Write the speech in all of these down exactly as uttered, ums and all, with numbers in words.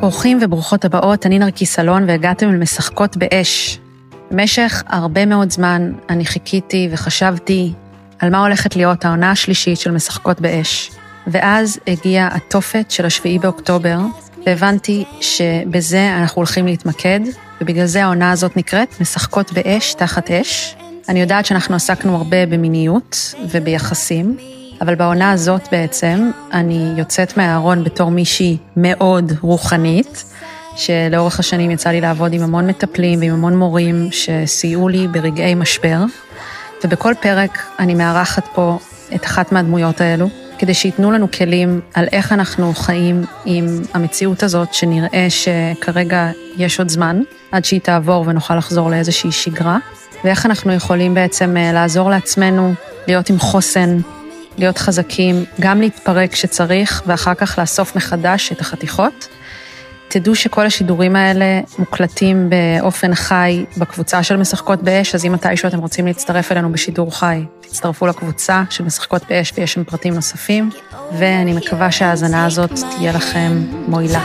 ברוכים וברוכות הבאות, אני נרקיס אלון והגעתם אל משחקות באש. במשך הרבה מאוד זמן אני חיכיתי וחשבתי על מה הולכת להיות העונה השלישית של משחקות באש. ואז הגיע התופת של השביעי באוקטובר, והבנתי שבזה אנחנו הולכים להתמקד, ובגלל זה העונה הזאת נקראת משחקות באש תחת אש. אני יודעת שאנחנו עסקנו הרבה במיניות וביחסים, אבל בעונה הזאת בעצם אני יוצאת מהארון בתור מישהי מאוד רוחנית, שלאורך השנים יצא לי לעבוד עם המון מטפלים ועם המון מורים שסייעו לי ברגעי משבר, ובכל פרק אני מארחת פה את אחת מהדמויות האלו, כדי שיתנו לנו כלים על איך אנחנו חיים עם המציאות הזאת, שנראה שכרגע יש עוד זמן, עד שהיא תעבור ונוכל לחזור לאיזושהי שגרה, ואיך אנחנו יכולים בעצם לעזור לעצמנו, להיות עם חוסן, להיות חזקים, גם להתפרק שצריך, ואחר כך לאסוף מחדש את החתיכות. תדעו שכל השידורים האלה מוקלטים באופן חי בקבוצה של משחקות באש, אז אם מתישהו אתם רוצים להצטרף אלינו בשידור חי, תצטרפו לקבוצה של משחקות באש ויש שם פרטים נוספים, ואני מקווה שההאזנה הזאת תהיה לכם מועילה.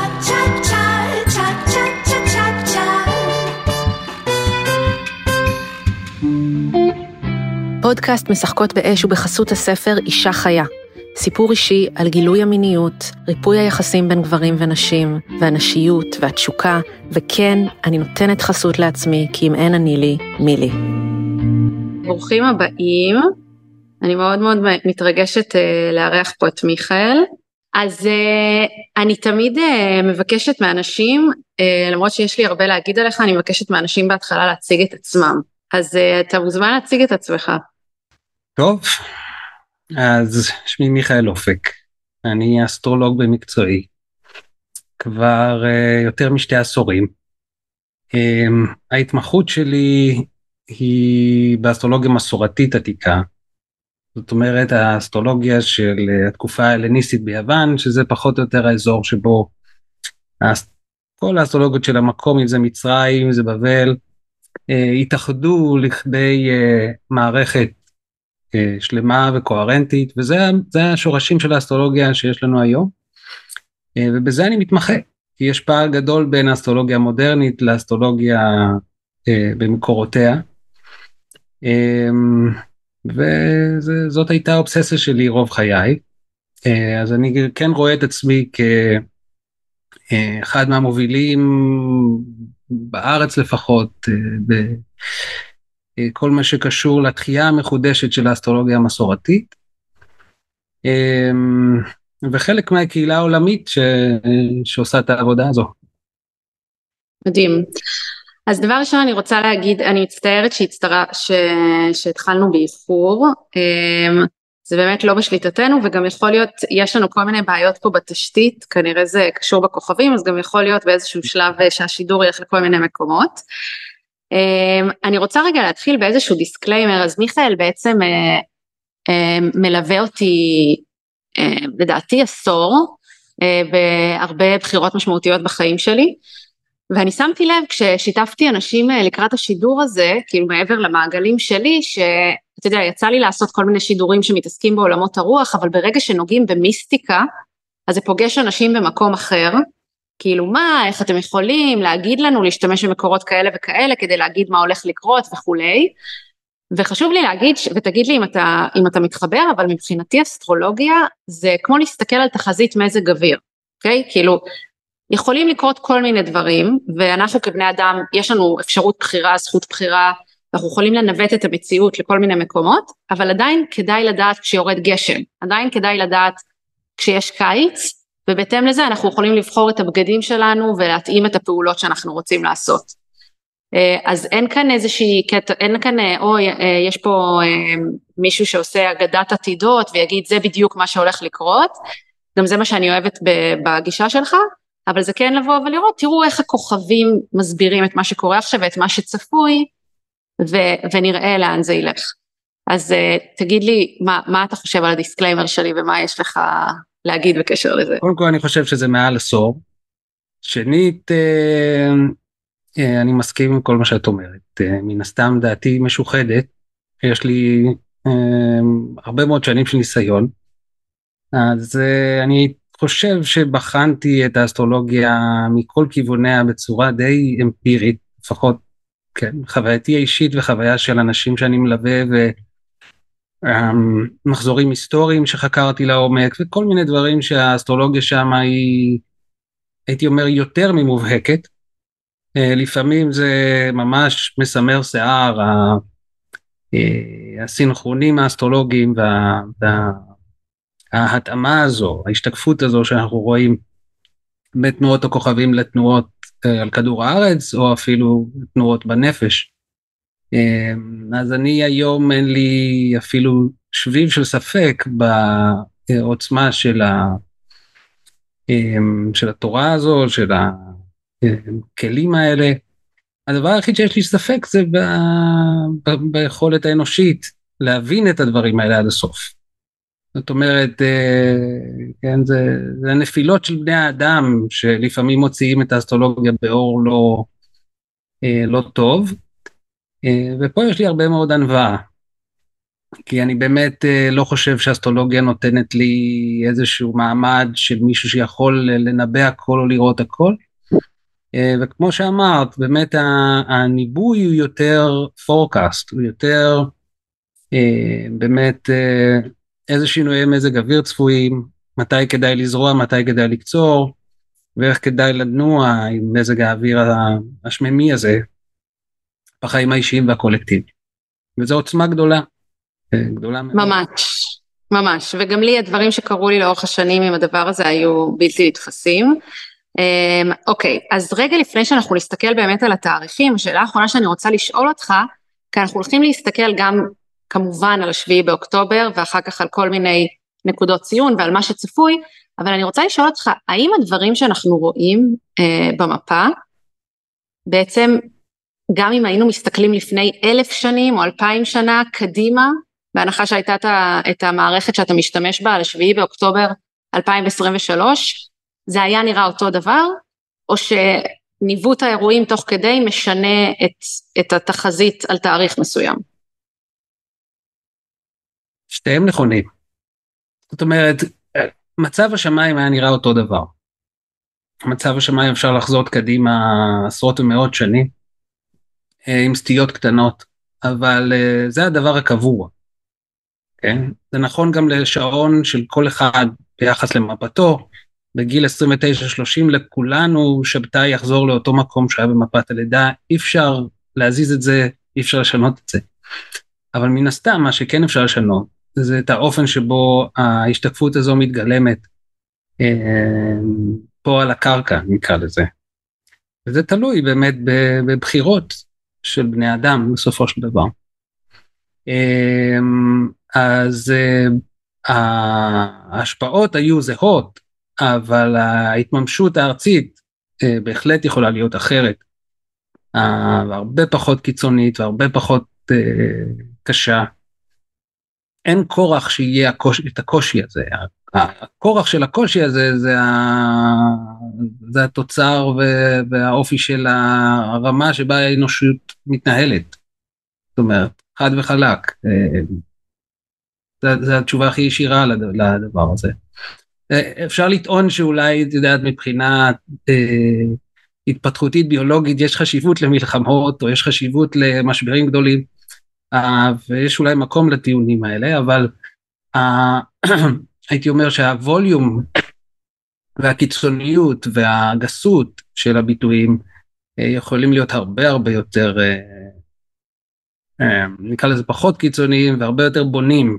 פודקאסט משחקות באש הוא בחסות הספר אישה חיה. סיפור אישי על גילוי המיניות, ריפוי היחסים בין גברים ונשים, והנשיות והתשוקה, וכן, אני נותנת חסות לעצמי, כי אם אין אני לי, מי לי. ברוכים הבאים, אני מאוד מאוד מתרגשת uh, לארח פה את מיכאל, אז uh, אני תמיד uh, מבקשת מאנשים, uh, למרות שיש לי הרבה להגיד עליך, אני מבקשת מאנשים בהתחלה להציג את עצמם, אז uh, אתה מוזמן להציג את עצמך. טוב. אז שמי מיכאל אופק, אני אסטרולוג במקצועי, כבר uh, יותר משתי עשורים. Um, ההתמחות שלי היא באסטרולוגיה מסורתית עתיקה, זאת אומרת האסטרולוגיה של uh, התקופה ההלניסטית ביוון, שזה פחות או יותר האזור שבו האס... כל האסטרולוגיות של המקום, אם זה מצרים, אם זה בבל, uh, התאחדו לכדי uh, מערכת שלמה וקוהרנטית, וזה זה השורשים של האסטרולוגיה שיש לנו היום, ובזה אני מתמחה, כי יש פער גדול בין האסטרולוגיה המודרנית לאסטרולוגיה במקורותיה, וזאת הייתה האובססיה שלי רוב חיי, אז אני כן רואה את עצמי כאחד מהמובילים בארץ לפחות, ב... כל מה שקשור לתחייה המחודשת של האסטרולוגיה המסורתית, וחלק מהקהילה העולמית ש... שעושה את העבודה הזו. מדהים. אז דבר ראשון אני רוצה להגיד, אני מצטערת שהצטרה, ש... שהתחלנו באיחור, זה באמת לא בשליטתנו, וגם יכול להיות, יש לנו כל מיני בעיות פה בתשתית, כנראה זה קשור בכוכבים, אז גם יכול להיות באיזשהו שלב שהשידור ילך לכל מיני מקומות. Um, אני רוצה רגע להתחיל באיזשהו דיסקליימר, אז מיכאל בעצם uh, uh, מלווה אותי uh, לדעתי עשור, uh, בהרבה בחירות משמעותיות בחיים שלי, ואני שמתי לב כששיתפתי אנשים uh, לקראת השידור הזה, כאילו מעבר למעגלים שלי, שאתה יודע, יצא לי לעשות כל מיני שידורים שמתעסקים בעולמות הרוח, אבל ברגע שנוגעים במיסטיקה, אז זה פוגש אנשים במקום אחר, כאילו מה, איך אתם יכולים להגיד לנו, להשתמש במקורות כאלה וכאלה, כדי להגיד מה הולך לקרות וכולי, וחשוב לי להגיד, ותגיד לי אם אתה, אם אתה מתחבר, אבל מבחינתי אסטרולוגיה, זה כמו להסתכל על תחזית מזג אוויר, אוקיי? כאילו, יכולים לקרות כל מיני דברים, ואנחנו כבני אדם, יש לנו אפשרות בחירה, זכות בחירה, אנחנו יכולים לנווט את המציאות לכל מיני מקומות, אבל עדיין כדאי לדעת כשיורד גשם, עדיין כדאי לדעת כשיש קיץ, ובהתאם לזה אנחנו יכולים לבחור את הבגדים שלנו ולהתאים את הפעולות שאנחנו רוצים לעשות. אז אין כאן איזושהי קטע, אין כאן, או יש פה מישהו שעושה אגדת עתידות ויגיד זה בדיוק מה שהולך לקרות, גם זה מה שאני אוהבת בגישה שלך, אבל זה כן לבוא ולראות, תראו איך הכוכבים מסבירים את מה שקורה עכשיו ואת מה שצפוי, ו- ונראה לאן זה ילך. אז תגיד לי, מה, מה אתה חושב על הדיסקליימר שלי ומה יש לך להגיד בקשר לזה? קודם כל אני חושב שזה מעל עשור. שנית, אני מסכים עם כל מה שאת אומרת. מן הסתם דעתי משוחדת. יש לי הרבה מאוד שנים של ניסיון. אז אני חושב שבחנתי את האסטרולוגיה מכל כיווניה בצורה די אמפירית, לפחות כן, חווייתי האישית וחוויה של אנשים שאני מלווה ומחזורים היסטוריים שחקרתי לעומק וכל מיני דברים שהאסטרולוגיה שם היא, הייתי אומר, יותר ממובהקת. לפעמים זה ממש מסמר שיער, הסינכרונים האסטרולוגיים וה, וההתאמה הזו, ההשתקפות הזו שאנחנו רואים בתנועות הכוכבים לתנועות על כדור הארץ או אפילו תנועות בנפש. אז אני היום אין לי אפילו שביב של ספק בעוצמה של, ה, של התורה הזו, של הכלים האלה. הדבר היחיד שיש לי ספק זה ב, ב, ביכולת האנושית להבין את הדברים האלה עד הסוף. זאת אומרת, כן, זה, זה הנפילות של בני האדם שלפעמים מוציאים את האסטרולוגיה באור לא, לא טוב, ופה יש לי הרבה מאוד ענווה, כי אני באמת לא חושב שהאסטרולוגיה נותנת לי איזשהו מעמד של מישהו שיכול לנבא הכל או לראות הכל, וכמו שאמרת, באמת הניבוי הוא יותר forecast, הוא יותר באמת איזה שינויי מזג אוויר צפויים, מתי כדאי לזרוע, מתי כדאי לקצור, ואיך כדאי לנוע עם מזג האוויר השממי הזה, בחיים האישיים והקולקטיביים. וזו עוצמה גדולה, גדולה מאוד. ממש, ממש, וגם לי הדברים שקרו לי לאורך השנים עם הדבר הזה היו בלתי נתפסים. אוקיי, אז רגע לפני שאנחנו נסתכל באמת על התאריכים, השאלה האחרונה שאני רוצה לשאול אותך, כי אנחנו הולכים להסתכל גם כמובן על השביעי באוקטובר, ואחר כך על כל מיני נקודות ציון ועל מה שצפוי, אבל אני רוצה לשאול אותך, האם הדברים שאנחנו רואים אה, במפה, בעצם גם אם היינו מסתכלים לפני אלף שנים או אלפיים שנה קדימה, בהנחה שהייתה את, את המערכת שאתה משתמש בה על השביעי באוקטובר אלפיים עשרים ושלוש, זה היה נראה אותו דבר, או שניווט האירועים תוך כדי משנה את, את התחזית על תאריך מסוים? שתיהם נכונים. זאת אומרת, מצב השמיים היה נראה אותו דבר. מצב השמיים אפשר לחזות קדימה עשרות ומאות שנים, עם סטיות קטנות, אבל זה הדבר הקבוע. כן? זה נכון גם לשעון של כל אחד ביחס למפתו, בגיל עשרים ותשע שלושים לכולנו שבתאי יחזור לאותו מקום שהיה במפת הלידה, אי אפשר להזיז את זה, אי אפשר לשנות את זה. אבל מן הסתם מה שכן אפשר לשנות, זה את האופן שבו ההשתקפות הזו מתגלמת אה, פה על הקרקע, נקרא לזה. וזה תלוי באמת בבחירות של בני אדם בסופו של דבר. אה, אז אה, ההשפעות היו זהות, אבל ההתממשות הארצית אה, בהחלט יכולה להיות אחרת, אה, והרבה פחות קיצונית והרבה פחות אה, קשה. אין כורח שיהיה הקוש, את הקושי הזה, הכורח של הקושי הזה זה, ה, זה התוצר והאופי של הרמה שבה האנושות מתנהלת, זאת אומרת, חד וחלק, זה, זה התשובה הכי ישירה לדבר הזה. אפשר לטעון שאולי, את יודעת, מבחינה אה, התפתחותית ביולוגית יש חשיבות למלחמות, או יש חשיבות למשברים גדולים, Uh, ויש אולי מקום לטיעונים האלה, אבל uh, הייתי אומר שהווליום והקיצוניות והגסות של הביטויים uh, יכולים להיות הרבה הרבה יותר, uh, uh, נקרא לזה פחות קיצוניים והרבה יותר בונים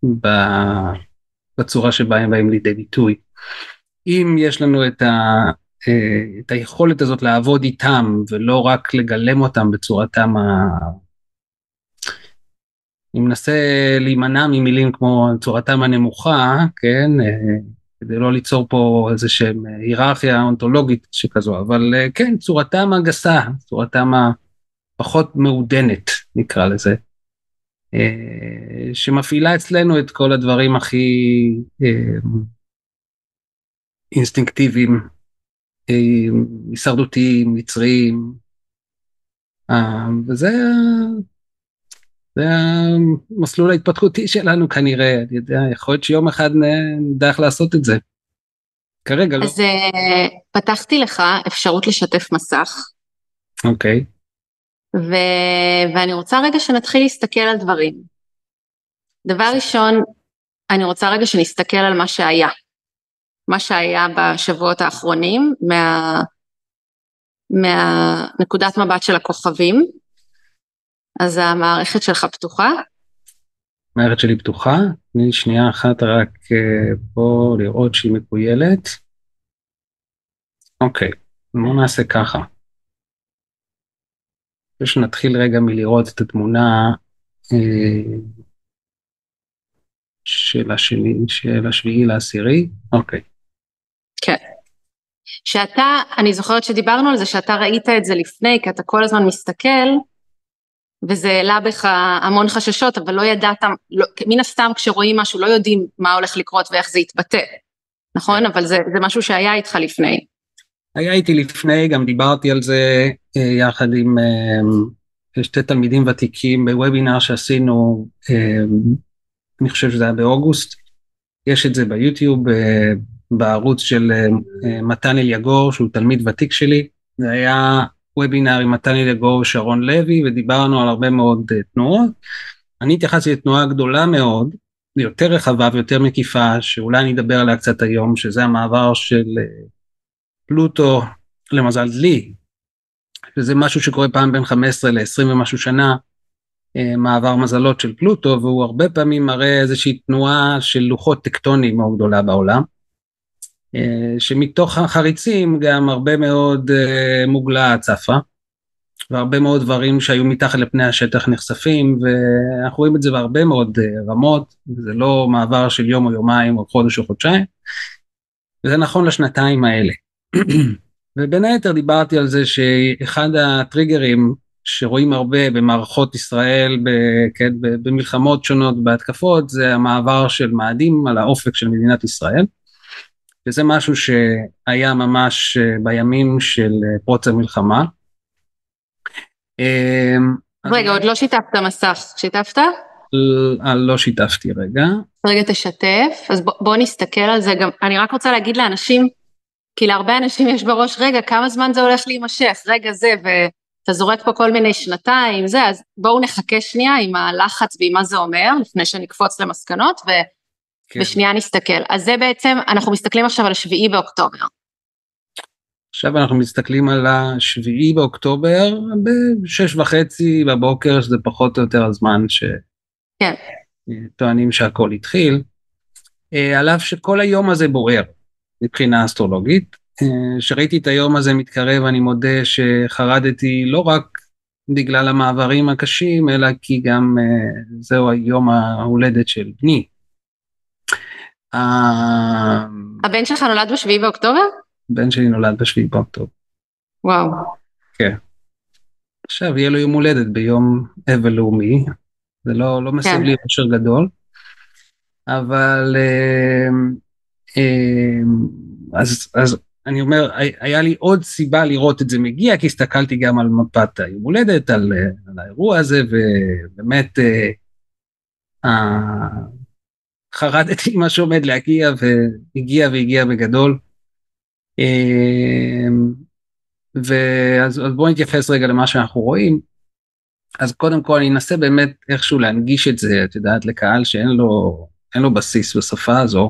בצורה שבה הם באים לידי ביטוי. אם יש לנו את, ה, uh, את היכולת הזאת לעבוד איתם ולא רק לגלם אותם בצורתם ה... אני מנסה להימנע ממילים כמו צורתם הנמוכה, כן, כדי לא ליצור פה איזושהי היררכיה אונתולוגית שכזו, אבל כן, צורתם הגסה, צורתם הפחות מעודנת, נקרא לזה, שמפעילה אצלנו את כל הדברים הכי אינסטינקטיביים, הישרדותיים, מצריים, וזה... זה המסלול ההתפתחותי שלנו כנראה, אני יודע, יכול להיות שיום אחד נדע איך לעשות את זה. כרגע לא. אז uh, פתחתי לך אפשרות לשתף מסך. אוקיי. ו... ואני רוצה רגע שנתחיל להסתכל על דברים. דבר ראשון, אני רוצה רגע שנסתכל על מה שהיה. מה שהיה בשבועות האחרונים, מה... מהנקודת מבט של הכוכבים. אז המערכת שלך פתוחה? המערכת שלי פתוחה, תני שנייה אחת רק פה לראות שהיא מקוילת. אוקיי, בואו נעשה ככה. שנתחיל רגע מלראות את התמונה אה, של השני, של השביעי לעשירי. אוקיי. כן. שאתה, אני זוכרת שדיברנו על זה, שאתה ראית את זה לפני, כי אתה כל הזמן מסתכל, וזה העלה בך המון חששות, אבל לא ידעת, לא, מן הסתם כשרואים משהו, לא יודעים מה הולך לקרות ואיך זה יתבטא, נכון? אבל זה, זה משהו שהיה איתך לפני. היה איתי לפני, גם דיברתי על זה יחד עם שתי תלמידים ותיקים בוובינר שעשינו, אני חושב שזה היה באוגוסט, יש את זה ביוטיוב, בערוץ של מתן אליגור, שהוא תלמיד ותיק שלי, זה היה וובינר עם מתן אליגור ושרון לוי, ודיברנו על הרבה מאוד תנועות. אני התייחסתי לתנועה גדולה מאוד, יותר רחבה ויותר מקיפה, שאולי אני אדבר עליה קצת היום, שזה המעבר של פלוטו למזל דלי, שזה משהו שקורה פעם בין חמש עשרה ל-עשרים ומשהו שנה, מעבר מזלות של פלוטו, והוא הרבה פעמים מראה איזושהי תנועה של לוחות טקטוניים מאוד גדולה בעולם, שמתוך החריצים גם הרבה מאוד מוגלה צפה, והרבה מאוד דברים שהיו מתחת לפני השטח נחשפים, ואנחנו רואים את זה בהרבה מאוד רמות, זה לא מעבר של יום או יומיים או חודש או חודשיים, וזה נכון לשנתיים האלה. ובין היתר דיברתי על זה שאחד הטריגרים שרואים הרבה במערכות ישראל, כן, במלחמות שונות, בהתקפות, זה המעבר של מאדים על האופק של מדינת ישראל, וזה משהו שהיה ממש בימים של פרוץ המלחמה. רגע, עוד לא שיתפת מסך, שיתפת? לא שיתפתי רגע. רגע תשתף, אז בוא נסתכל על זה, גם אני רק רוצה להגיד לאנשים, כי להרבה אנשים יש בראש, רגע, כמה זמן זה הולך להימשך, רגע זה, ואתה זורק פה כל מיני שנתיים, זה, אז בואו נחכה שנייה עם הלחץ ועם מה זה אומר, לפני שנקפוץ למסקנות, ו... כן. ושנייה נסתכל. אז זה בעצם, אנחנו מסתכלים עכשיו על השביעי באוקטובר. עכשיו אנחנו מסתכלים על השביעי באוקטובר, בשש וחצי בבוקר, שזה פחות או יותר הזמן שטוענים שהכל התחיל, על אף שכל היום הזה בוער, מבחינה אסטרולוגית, שראיתי את היום הזה מתקרב, אני מודה שחרדתי לא רק בגלל המעברים הקשים, אלא כי גם זהו היום ההולדת של בני. הבן שלך נולד בשביעי באוקטובר? הבן שלי נולד בשביעי באוקטובר. וואו. כן. עכשיו יהיה לו יום הולדת ביום אבל לאומי, זה לא, לא מסב לי אושר גדול, אבל אז, אז אני אומר, היה לי עוד סיבה לראות את זה מגיע, כי הסתכלתי גם על מפת היום הולדת, על, על האירוע הזה, ובאמת חרדתי מה שעומד להגיע, והגיע והגיע בגדול. ואז בואו נתייחס רגע למה שאנחנו רואים. אז קודם כל אני אנסה באמת איכשהו להנגיש את זה, את יודעת, לקהל שאין לו, אין לו בסיס בשפה הזו.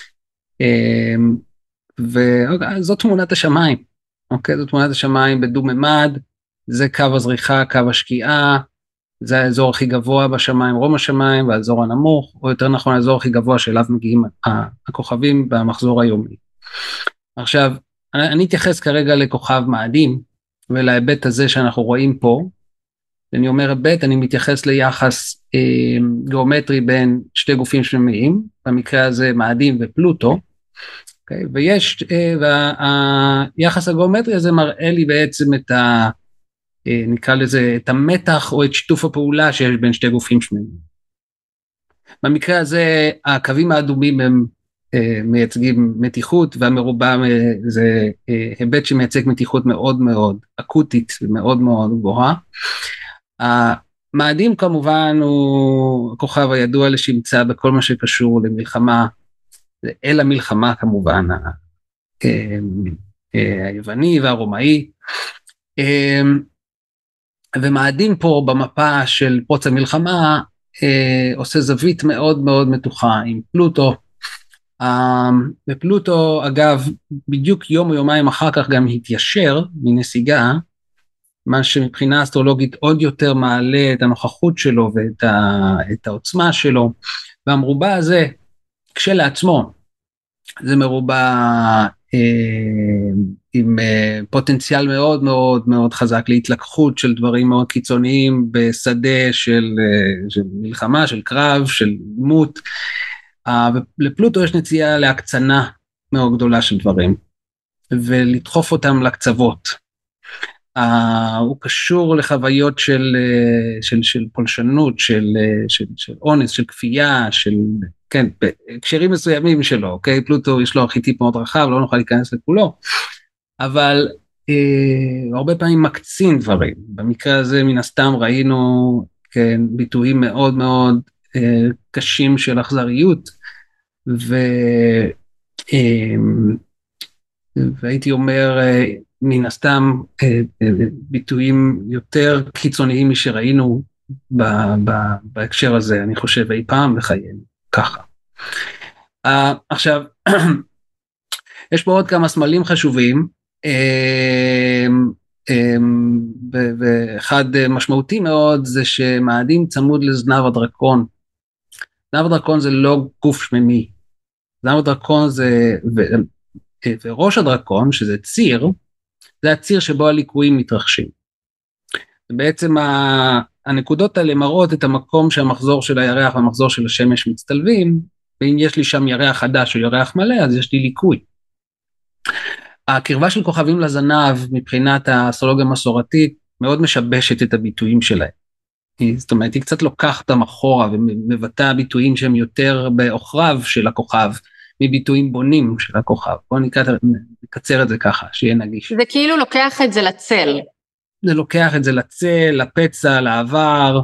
וזאת תמונת השמיים, אוקיי? זאת תמונת השמיים בדו-ממד, זה קו הזריחה, קו השקיעה, זה האזור הכי גבוה בשמיים, רום השמיים, והאזור הנמוך, או יותר נכון האזור הכי גבוה שאליו מגיעים הכוכבים במחזור היומי. עכשיו, אני אתייחס כרגע לכוכב מאדים, ולהיבט הזה שאנחנו רואים פה, ואני אומר היבט, אני מתייחס ליחס אה, גיאומטרי בין שתי גופים שמיים, במקרה הזה מאדים ופלוטו, okay, ויש, והיחס הגיאומטרי הזה מראה לי בעצם את ה, נקרא לזה, את המתח או את שיתוף הפעולה שיש בין שתי גופים שמיים. במקרה הזה, הקווים האדומים הם מייצגים מתיחות, והמרובע זה היבט שמייצג מתיחות מאוד מאוד אקוטית ומאוד מאוד גבוהה. המאדים כמובן הוא הכוכב הידוע לשמצה בכל מה שקשור למלחמה, אל המלחמה כמובן, היווני והרומאי, ומאדים פה במפה של פרוץ המלחמה, עושה זווית מאוד מאוד מתוחה עם פלוטו, ופלוטו אגב בדיוק יום או יומיים אחר כך גם התיישר מנסיגה, מה שמבחינה אסטרולוגית עוד יותר מעלה את הנוכחות שלו ואת ה, את העוצמה שלו, והמרובע הזה כשלעצמו זה מרובע אה, עם אה, פוטנציאל מאוד מאוד מאוד חזק להתלקחות של דברים מאוד קיצוניים בשדה של, אה, של מלחמה, של קרב, של דמות, אה, ולפלוטו יש נטייה להקצנה מאוד גדולה של דברים, ולדחוף אותם לקצוות. Uh, הוא קשור לחוויות של, uh, של, של פולשנות, של, uh, של, של אונס, של כפייה, של, כן, בהקשרים מסוימים שלו, אוקיי? פלוטו יש לו ארכיטיפ מאוד רחב, לא נוכל להיכנס לכולו, אבל uh, הרבה פעמים מקצין דברים. במקרה הזה מן הסתם ראינו, כן, ביטויים מאוד מאוד uh, קשים של אכזריות, ו, uh, והייתי אומר, uh, מן הסתם ביטויים יותר קיצוניים משראינו בהקשר הזה, אני חושב אי פעם בחיינו, ככה. עכשיו, יש פה עוד כמה סמלים חשובים, ואחד משמעותי מאוד זה שמאדים צמוד לזנב הדרקון. זנב הדרקון זה לא גוף שמימי, זנב הדרקון זה, וראש הדרקון שזה ציר, זה הציר שבו הליקויים מתרחשים. בעצם הנקודות האלה מראות את המקום שהמחזור של הירח והמחזור של השמש מצטלבים, ואם יש לי שם ירח חדש או ירח מלא, אז יש לי ליקוי. הקרבה של כוכבים לזנב, מבחינת האסטרולוגיה המסורתית, מאוד משבשת את הביטויים שלהם. זאת אומרת, היא קצת לוקחת אותם אחורה, ומבטא ביטויים שהם יותר באוכריו של הכוכב, מביטויים בונים של הכוכב. בואו נקצר את זה ככה, שיהיה נגיש. זה כאילו לוקח את זה לצל. זה לוקח את זה לצל, לפצע, לעבר,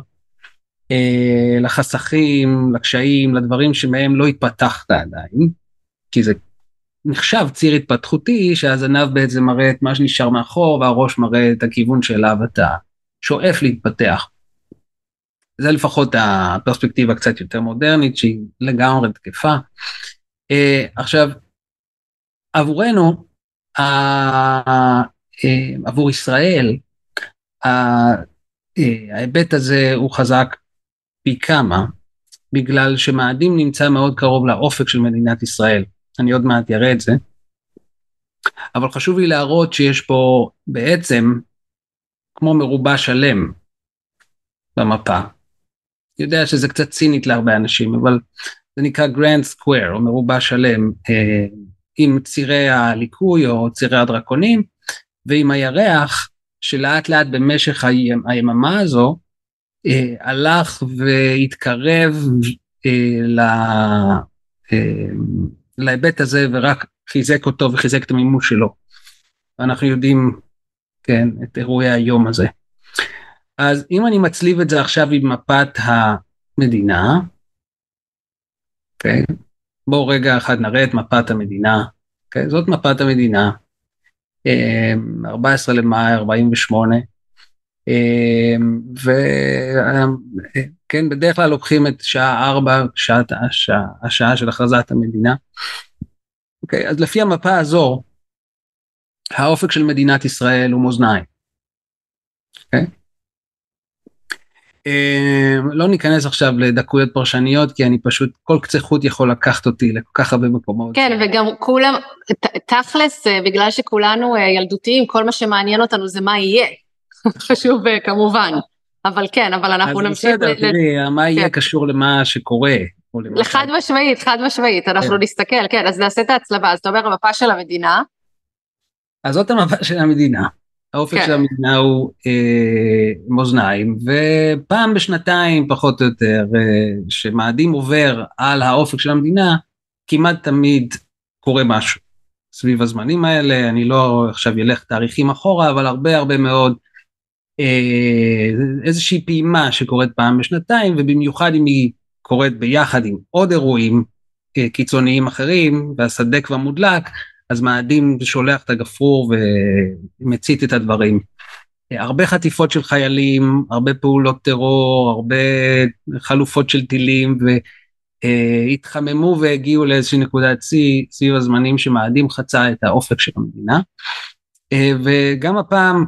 אה, לחסכים, לקשיים, לדברים שמהם לא התפתחת עדיין, כי זה נחשב ציר התפתחותי, שהזנב בעצם מראה את מה שנשאר מאחור, והראש מראה את הכיוון שאליו אתה שואף להתפתח. זה לפחות הפרספקטיבה קצת יותר מודרנית, שהיא לגמרי תקפה. Uh, עכשיו, עבורנו, uh, uh, עבור ישראל, uh, uh, ההיבט הזה הוא חזק פי כמה, בגלל שמאדים נמצא מאוד קרוב לאופק של מדינת ישראל. אני עוד מעט יראה את זה. אבל חשוב לי להראות שיש פה בעצם כמו מרובע שלם במפה. אני יודע שזה קצת צינית להרבה אנשים, אבל זה נקרא Grand Square, או מרובע שלם, אה, עם צירי הליקוי או צירי הדרקונים, ועם הירח שלאט לאט במשך היממה הזו, אה, הלך והתקרב אה, ל, אה, להיבט הזה, ורק חיזק אותו וחיזק את המימוש שלו. ואנחנו יודעים, כן, את אירועי היום הזה. אז אם אני מצליב את זה עכשיו עם מפת המדינה, Okay. בואו רגע אחד נראה את מפת המדינה, okay. זאת מפת המדינה, ארבעה עשר למאי ארבעים ושמונה, וכן, בדרך כלל לוקחים את שעה ארבע, שעת, השעה, השעה של הכרזת המדינה, okay. אז לפי המפה הזו, האופק של מדינת ישראל הוא מאזניים, okay. לא ניכנס עכשיו לדקויות פרשניות, כי אני פשוט, כל קצה חוט יכול לקחת אותי לכל כך הרבה מקומות. כן, וגם כולם, תכלס, בגלל שכולנו ילדותיים, כל מה שמעניין אותנו זה מה יהיה. חשוב כמובן. אבל כן, אבל אנחנו נמשיך. אז בסדר, תראי, מה יהיה קשור למה שקורה. לחד משמעית, חד משמעית, אנחנו נסתכל, כן, אז נעשה את ההצלבה, אז אתה אומר, המפה של המדינה. אז זאת המפה של המדינה. האופק של המדינה הוא אה, מאזניים, ופעם בשנתיים פחות או יותר, אה, שמאדים עובר על האופק של המדינה, כמעט תמיד קורה משהו. סביב הזמנים האלה, אני לא עכשיו ילך תאריכים אחורה, אבל הרבה הרבה מאוד, אה, איזושהי פעימה שקורית פעם בשנתיים, ובמיוחד אם היא קורית ביחד עם עוד אירועים אה, קיצוניים אחרים, והשדה כבר מודלק, אז מאדים שולח את הגפרור ומצית את הדברים. הרבה חטיפות של חיילים, הרבה פעולות טרור, הרבה חלופות של טילים, והתחממו והגיעו לאיזושהי נקודת שיא, סביב הזמנים שמאדים חצה את האופק של המדינה. וגם הפעם,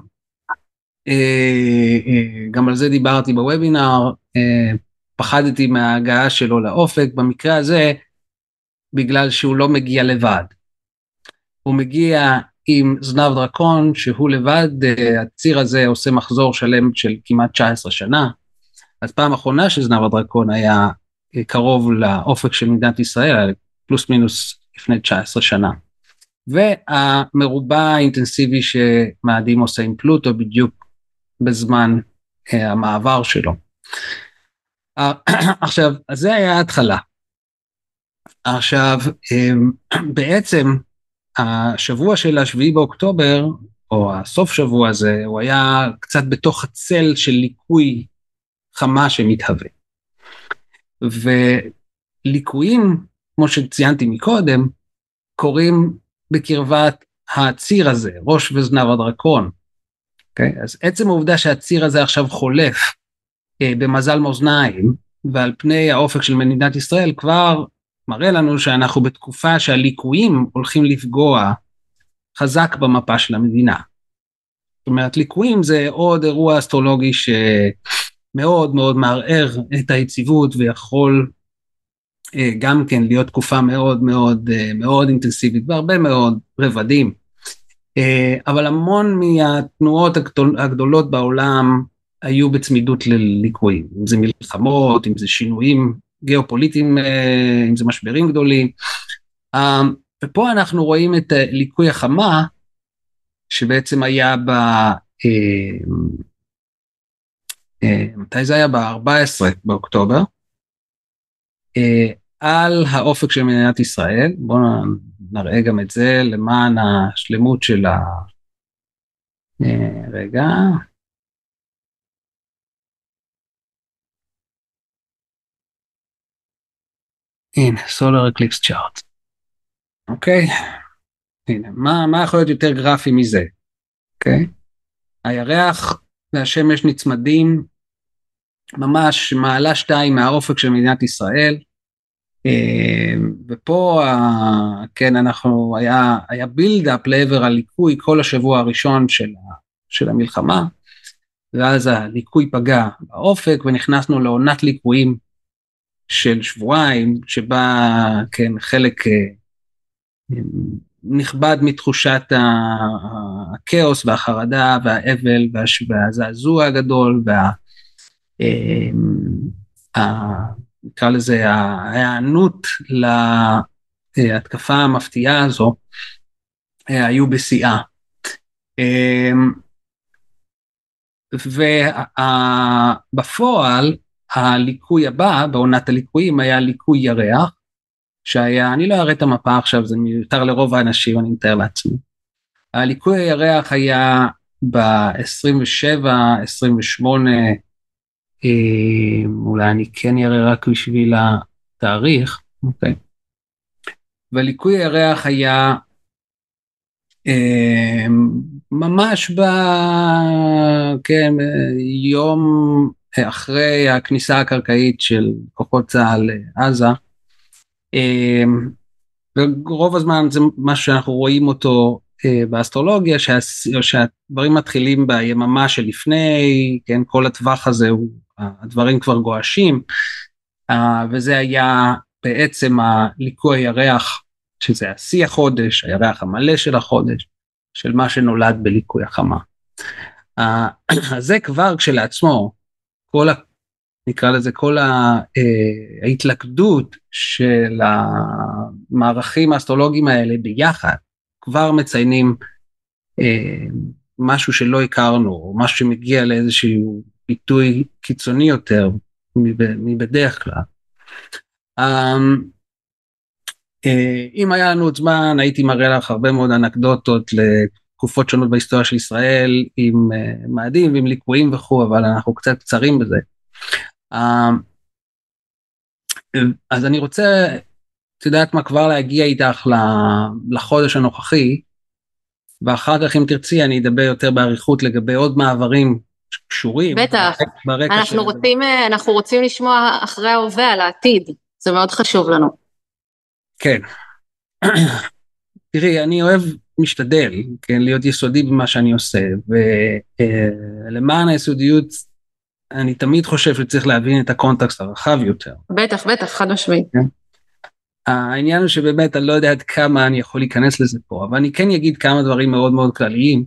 גם על זה דיברתי בוובינר, פחדתי מההגעה שלו לאופק, במקרה הזה, בגלל שהוא לא מגיע לבד. הוא מגיע עם זנב דרקון, שהוא לבד, הציר הזה עושה מחזור שלם של כמעט תשע עשרה שנה, אז פעם האחרונה שזנב הדרקון היה קרוב לאופק של מדינת ישראל, פלוס מינוס לפני תשע עשרה שנה. והמרובע האינטנסיבי שמאדים עושה עם פלוטו, בדיוק בזמן המעבר שלו. עכשיו, אז זה היה ההתחלה. עכשיו, בעצם, השבוע של השביעי באוקטובר, או הסוף שבוע הזה, הוא היה קצת בתוך הצל של ליקוי חמה שמתהווה. וליקויים, כמו שציינתי מקודם, קורים בקרבת הציר הזה, ראש וזנב הדרקון. Okay? אז עצם העובדה שהציר הזה עכשיו חולף אה, במזל מאזניים, ועל פני האופק של מדינת ישראל, כבר מראה לנו שאנחנו בתקופה שהליקויים הולכים לפגוע חזק במפה של המדינה. זאת אומרת, ליקויים זה עוד אירוע אסטרולוגי שמאוד מאוד מערער את היציבות, ויכול אה, גם כן להיות תקופה מאוד מאוד אה, מאוד אינטנסיבית, בהרבה מאוד רבדים. אה, אבל המון מהתנועות הגדול, הגדולות בעולם היו בצמידות לליקויים, אם זה מלחמות, אם זה שינויים גיאופוליטיים, אם זה משברים גדולים, ופה אנחנו רואים את ליקוי החמה, שבעצם היה ב... מתי זה היה? ב-ארבעה עשר באוקטובר, על האופק של מדינת ישראל. בואו נראה גם את זה למען השלמות של ה... רגע... הנה, Solar Eclipse Chart. אוקיי? הנה, מה, מה יכול להיות יותר גרפי מזה? אוקיי? הירח והשמש נצמדים ממש מעלה שתיים מהאופק של מדינת ישראל, ופה, כן, אנחנו, היה, היה בילדאפ לעבר הליקוי כל השבוע הראשון של, של המלחמה, ואז הליקוי פגע באופק, ונכנסנו לעונת ליקויים, של שבועיים, שבה, כן, חלק נכבד מתחושת הכאוס והחרדה והאבל והזעזוע הגדול, וה... נקרא לזה, ההיענות להתקפה המפתיעה הזו, היו בשיאה. ובפועל, הליקוי הבא, בעונת הליקויים, היה ליקוי ירח, שהיה, אני לא אראה את המפה עכשיו, זה מיותר לרוב האנשים, אני מתאר לעצמי. הליקוי הירח היה ב-עשרים ושבע, עשרים ושמונה, אולי אני כן יראה רק בשביל התאריך, אוקיי. והליקוי הירח היה ממש ב... כן, יום... אחרי הכניסה הקרקעית של כוחות צה"ל לעזה, ורוב הזמן זה משהו שאנחנו רואים אותו באסטרולוגיה, שהדברים מתחילים ביממה שלפני, כן, כל הטווח הזה, הדברים כבר גועשים, וזה היה בעצם הליקוי הירח, שזה השיא החודש, הירח המלא של החודש, של מה שנולד בליקוי החמה. אז זה כבר כשלעצמו, כל ה... נקרא לזה, כל ה... ההתלכדות של המערכים האסטרולוגיים האלה ביחד, כבר מציינים משהו שלא הכרנו, או משהו שמגיע לאיזשהו ביטוי קיצוני יותר מבדרך כלל. אם היה לנו זמן, הייתי מראה לך הרבה מאוד אנקדוטות לתקופות שונות בהיסטוריה של ישראל, עם מאדים ועם ליקויים וכו', אבל אנחנו קצת קצרים בזה. אז אני רוצה את יודעת מה, כבר להגיע איתך לחודש הנוכחי, ואחר כך אם תרצי אני אדבר יותר בעריכות לגבי עוד מעברים קשורים. בטח, ברקע אנחנו של... רוצים, אנחנו רוצים לשמוע אחרי ההווה על העתיד, זה מאוד חשוב לנו. כן. תראי, אני אוהב, משתדל, כן, להיות יסודי במה שאני עושה, ולמען היסודיות, אני תמיד חושב שצריך להבין את הקונטקסט הרחב יותר. בטח, בטח, חד משמעית. כן? העניין הוא שבאמת אני לא יודע עד כמה אני יכול להיכנס לזה פה, אבל אני כן אגיד כמה דברים מאוד מאוד כלליים,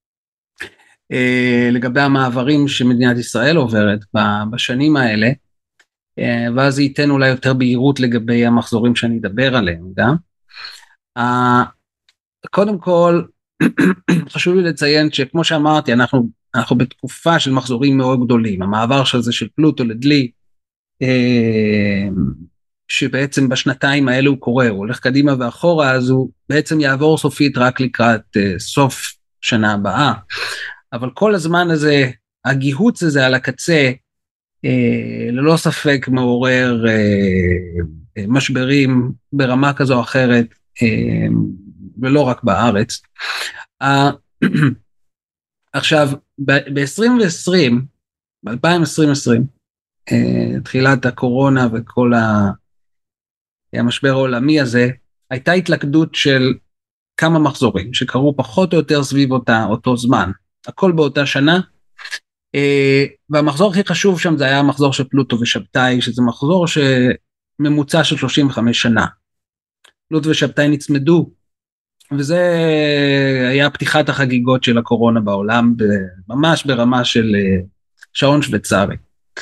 אה, לגבי המעברים שמדינת ישראל עוברת בשנים האלה, אה, ואז זה ייתן אולי יותר בהירות לגבי המחזורים שאני אדבר עליהם גם. אה, קודם כל, חשוב לי לציין שכמו שאמרתי, אנחנו, אנחנו בתקופה של מחזורים מאוד גדולים, המעבר של זה של פלוטו לדלי, אה, שבעצם בשנתיים האלו הוא קורה, הוא הולך קדימה ואחורה, אז הוא בעצם יעבור סופית רק לקראת uh, סוף שנה הבאה, אבל כל הזמן הזה, הגיהוץ הזה על הקצה, uh, ללא ספק מעורר uh, משברים ברמה כזו או אחרת, uh, ולא רק בארץ. Uh, עכשיו, ב-עשרים עשרים, ב-אלפיים עשרים, uh, תחילת הקורונה וכל ה... המשבר העולמי הזה, הייתה התלכדות של כמה מחזורים, שקרו פחות או יותר סביב אותה, אותו זמן, הכל באותה שנה, והמחזור הכי חשוב שם זה היה המחזור של פלוטו ושבתאי, שזה מחזור שממוצע של שלושים וחמש שנה. פלוטו ושבתאי נצמדו, וזה היה פתיחת החגיגות של הקורונה בעולם, ממש ברמה של שעון שוויצרי.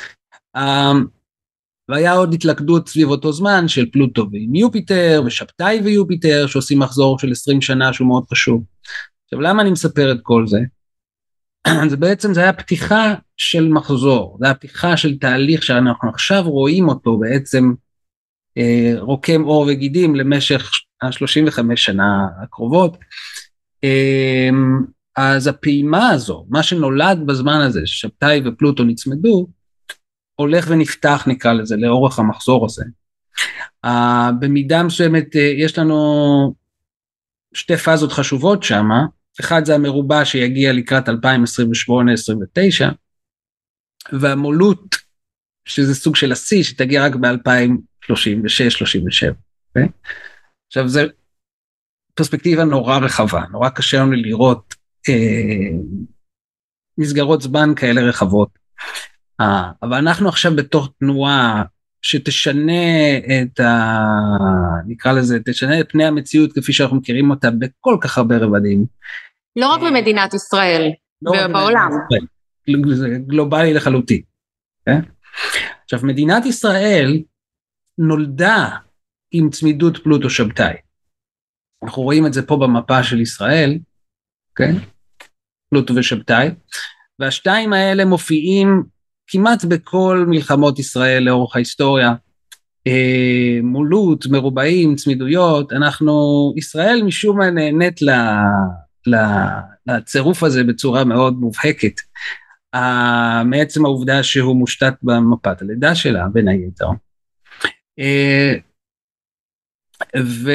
והיה עוד התלכדות סביב אותו זמן של פלוטו ועם יופיטר ושבתאי ויופיטר שעושים מחזור של עשרים שנה שהוא מאוד חשוב. עכשיו למה אני מספר את כל זה? זה בעצם זה היה פתיחה של מחזור, זה היה פתיחה של תהליך שאנחנו עכשיו רואים אותו בעצם אה, רוקם אור וגידים למשך ה-שלושים וחמש שנה הקרובות. אה, אז הפעימה הזו, מה שנולד בזמן הזה ששבתאי ופלוטו נצמדו, הולך ונפתח נקרא לזה לאורך המחזור הזה. Uh, במידה מסוימת uh, יש לנו שתי פאזות חשובות שם, אחד זה המרובע שיגיע לקראת אלפיים עשרים ושמונה עשרים ותשע, והמולות שזה סוג של השיא שתגיע רק ב-אלפיים שלושים ושש שלושים ושבע. Okay? עכשיו זה פרספקטיבה נורא רחבה, נורא קשה לנו לראות uh, מסגרות זמן כאלה רחבות, Uh, אבל אנחנו עכשיו בתוך תנועה שתשנה את ה... נקרא לזה, תשנה את פני המציאות כפי שאנחנו מכירים אותה בכל כך הרבה רבדים. לא רק במדינת ישראל, לא בעולם. זה גלובלי לחלוטין. Okay? עכשיו, מדינת ישראל נולדה עם צמידות פלוטו שבתאי. אנחנו רואים את זה פה במפה של ישראל, okay? פלוטו ושבתאי, והשתיים האלה מופיעים כמעט בכל מלחמות ישראל לאורך ההיסטוריה, אה, מולות, מרובעים, צמידויות, אנחנו, ישראל משום מה נהנית ל, ל, לצירוף הזה בצורה מאוד מובהקת, אה, מעצם העובדה שהוא מושתת במפת הלידה שלה בין היתר. אה, ו,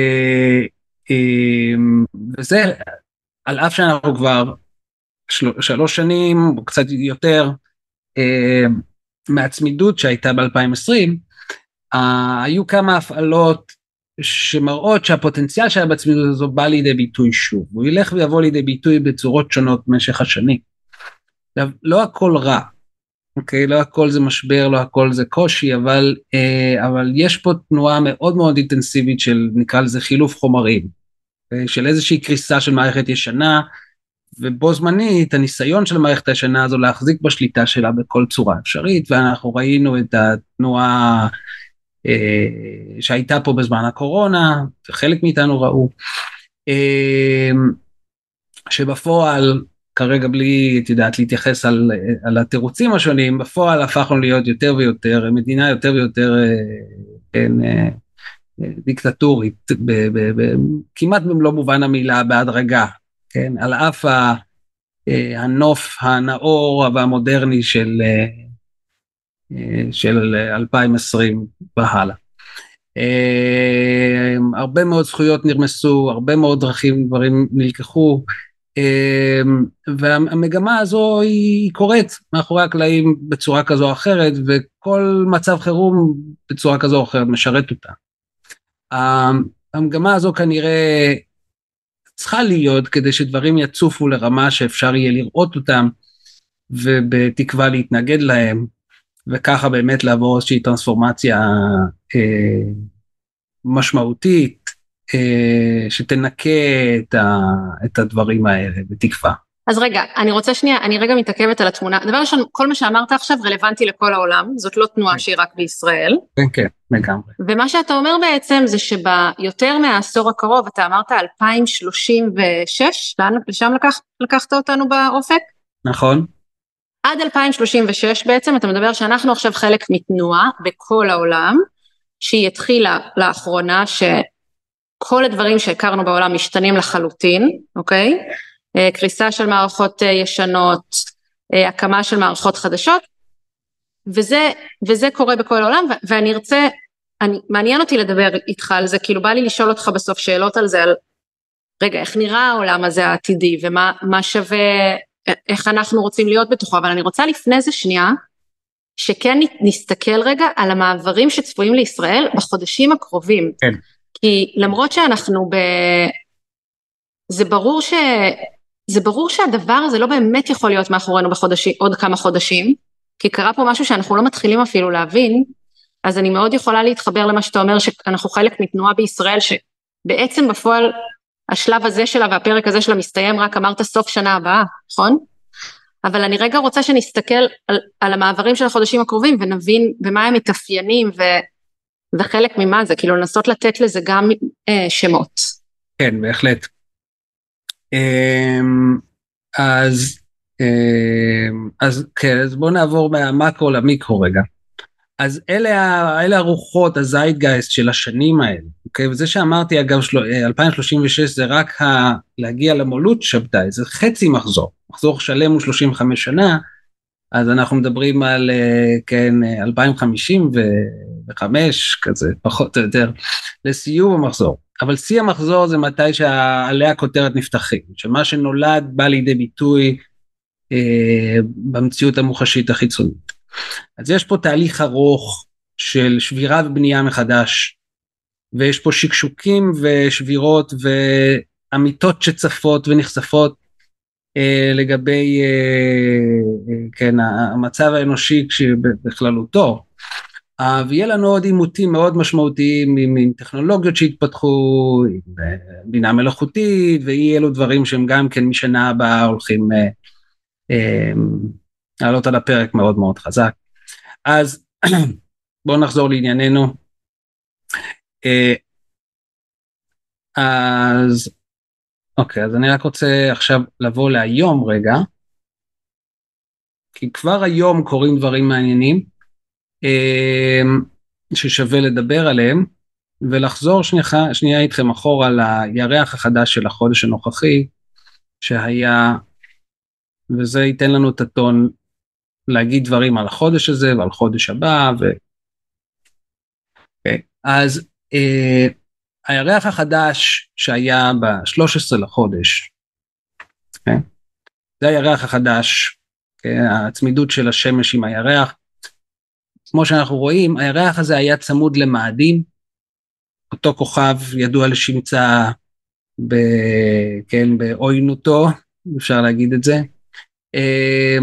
אה, וזה, על אף שאנחנו כבר של, שלוש שנים, או קצת יותר, Uh, מהצמידות שהייתה ב-אלפיים עשרים, uh, היו כמה הפעלות שמראות שהפוטנציאל שהיה בצמידות הזו בא לידי ביטוי שוב, הוא ילך ויבוא לידי ביטוי בצורות שונות במשך השנים. לא הכל רע, אוקיי? לא הכל זה משבר, לא הכל זה קושי, אבל, uh, אבל יש פה תנועה מאוד מאוד אינטנסיבית של נקרא לזה חילוף חומרים, okay? של איזושהי קריסה של מערכת ישנה, ובו זמנית הניסיון של המערכת הישנה הזו להחזיק בשליטה שלה בכל צורה אפשרית, ואנחנו ראינו את התנועה אה, שהייתה פה בזמן הקורונה, וחלק מאיתנו ראו, אה, שבפועל, כרגע בלי, את יודעת, להתייחס על, על התירוצים השונים, בפועל הפכנו להיות יותר ויותר, מדינה יותר ויותר אה, כן, אה, דיקטטורית, ב, ב, ב, כמעט במלוא מובן המילה בהדרגה, כן, על אף הנוף הנאור והמודרני של, של אלפיים עשרים והלאה. הרבה מאוד זכויות נרמסו, הרבה מאוד דרכים, דברים נלקחו, והמגמה הזו היא קורית מאחורי הקלעים בצורה כזו או אחרת, וכל מצב חירום בצורה כזו או אחרת משרת אותה. המגמה הזו כנראה צריכה להיות כדי שדברים יצופו לרמה שאפשר יהיה לראות אותם, ובתקווה להתנגד להם, וככה באמת לעבור איזושהי טרנספורמציה אה, משמעותית, אה, שתנקה את, ה, את הדברים האלה בתקווה. אז רגע, אני רוצה שנייה, אני רגע מתעכבת על התמונה. דבר ראשון, כל מה שאמרת עכשיו רלוונטי לכל העולם, זאת לא תנועה שהיא רק בישראל. כן, כן, לגמרי. ומה שאתה אומר בעצם זה שביותר מהעשור הקרוב, אתה אמרת אלפיים שלושים ושש, לשם לקח, לקחת אותנו באופק? נכון. עד אלפיים שלושים ושש בעצם, אתה מדבר שאנחנו עכשיו חלק מתנועה בכל העולם, שהיא התחילה לאחרונה שכל הדברים שהכרנו בעולם משתנים לחלוטין, אוקיי? קריסה של מערכות ישנות, הקמה של מערכות חדשות, וזה, וזה קורה בכל העולם, ואני ארצה, אני, מעניין אותי לדבר איתך על זה, כאילו בא לי לשאול אותך בסוף שאלות על זה, על רגע, איך נראה העולם הזה העתידי, ומה מה שווה, איך אנחנו רוצים להיות בתוכו, אבל אני רוצה לפני זה שנייה, שכן נסתכל רגע על המעברים שצפויים לישראל בחודשים הקרובים, כן. כי למרות שאנחנו ב... זה ברור ש... זה ברור שהדבר הזה לא באמת יכול להיות מאחורינו בחודשים, עוד כמה חודשים, כי קרה פה משהו שאנחנו לא מתחילים אפילו להבין, אז אני מאוד יכולה להתחבר למה שאתה אומר, שאנחנו חלק מתנועה בישראל, שבעצם בפועל השלב הזה שלה והפרק הזה שלה מסתיים, רק אמרת סוף שנה הבאה, נכון? אבל אני רגע רוצה שנסתכל על, על המעברים של החודשים הקרובים, ונבין במה הם מתאפיינים, ו, וחלק ממה זה, כאילו לנסות לתת לזה גם אה, שמות. כן, בהחלט. אז, אז כן, אז בואו נעבור מהמקרו למיקרו רגע. אז אלה, אלה הרוחות, הזייטגייסט של השנים האלה, אוקיי? וזה שאמרתי, אגב, אלפיים שלושים ושש זה רק ה, להגיע למולות שבתאי, זה חצי מחזור, מחזור שלם הוא שלושים וחמש שנה, אז אנחנו מדברים על, כן, אלפיים חמישים וחמש, כזה, פחות או יותר, לסיום המחזור. אבל שיא המחזור זה מתי שעלי הכותרת נפתחים, שמה שנולד בא לידי ביטוי אה, במציאות המוחשית החיצונית. אז יש פה תהליך ארוך של שבירה ובנייה מחדש, ויש פה שקשוקים ושבירות ואמיתות שצפות ונחשפות אה, לגבי אה, אה, כן, המצב האנושי בכללותו, אה, ויהיה לנו עוד עימותים מאוד משמעותיים עם, עם טכנולוגיות שהתפתחו, עם אה, בינה מלאכותית, ואי אלו דברים שהם גם כן משנה הבאה הולכים אה, אה, לעלות על הפרק מאוד מאוד חזק. אז בואו נחזור לענייננו. אז אוקיי, אז אני רק רוצה עכשיו לבוא להיום רגע, כי כבר היום קורים דברים מעניינים, ששווה לדבר עליהם, ולחזור שנייה, שנייה איתכם אחורה לירח החדש של החודש הנוכחי, שהיה, וזה ייתן לנו את הטון, להגיד דברים על החודש הזה ועל חודש הבא, ו... okay. אז אה, הירח החדש שהיה ב-שלושה עשר לחודש, okay. זה הירח החדש, okay. הצמידות של השמש עם הירח, כמו שאנחנו רואים, הירח הזה היה צמוד למאדים, אותו כוכב ידוע לשמצה, ב... כן, בעוינותו, אפשר להגיד את זה, אה,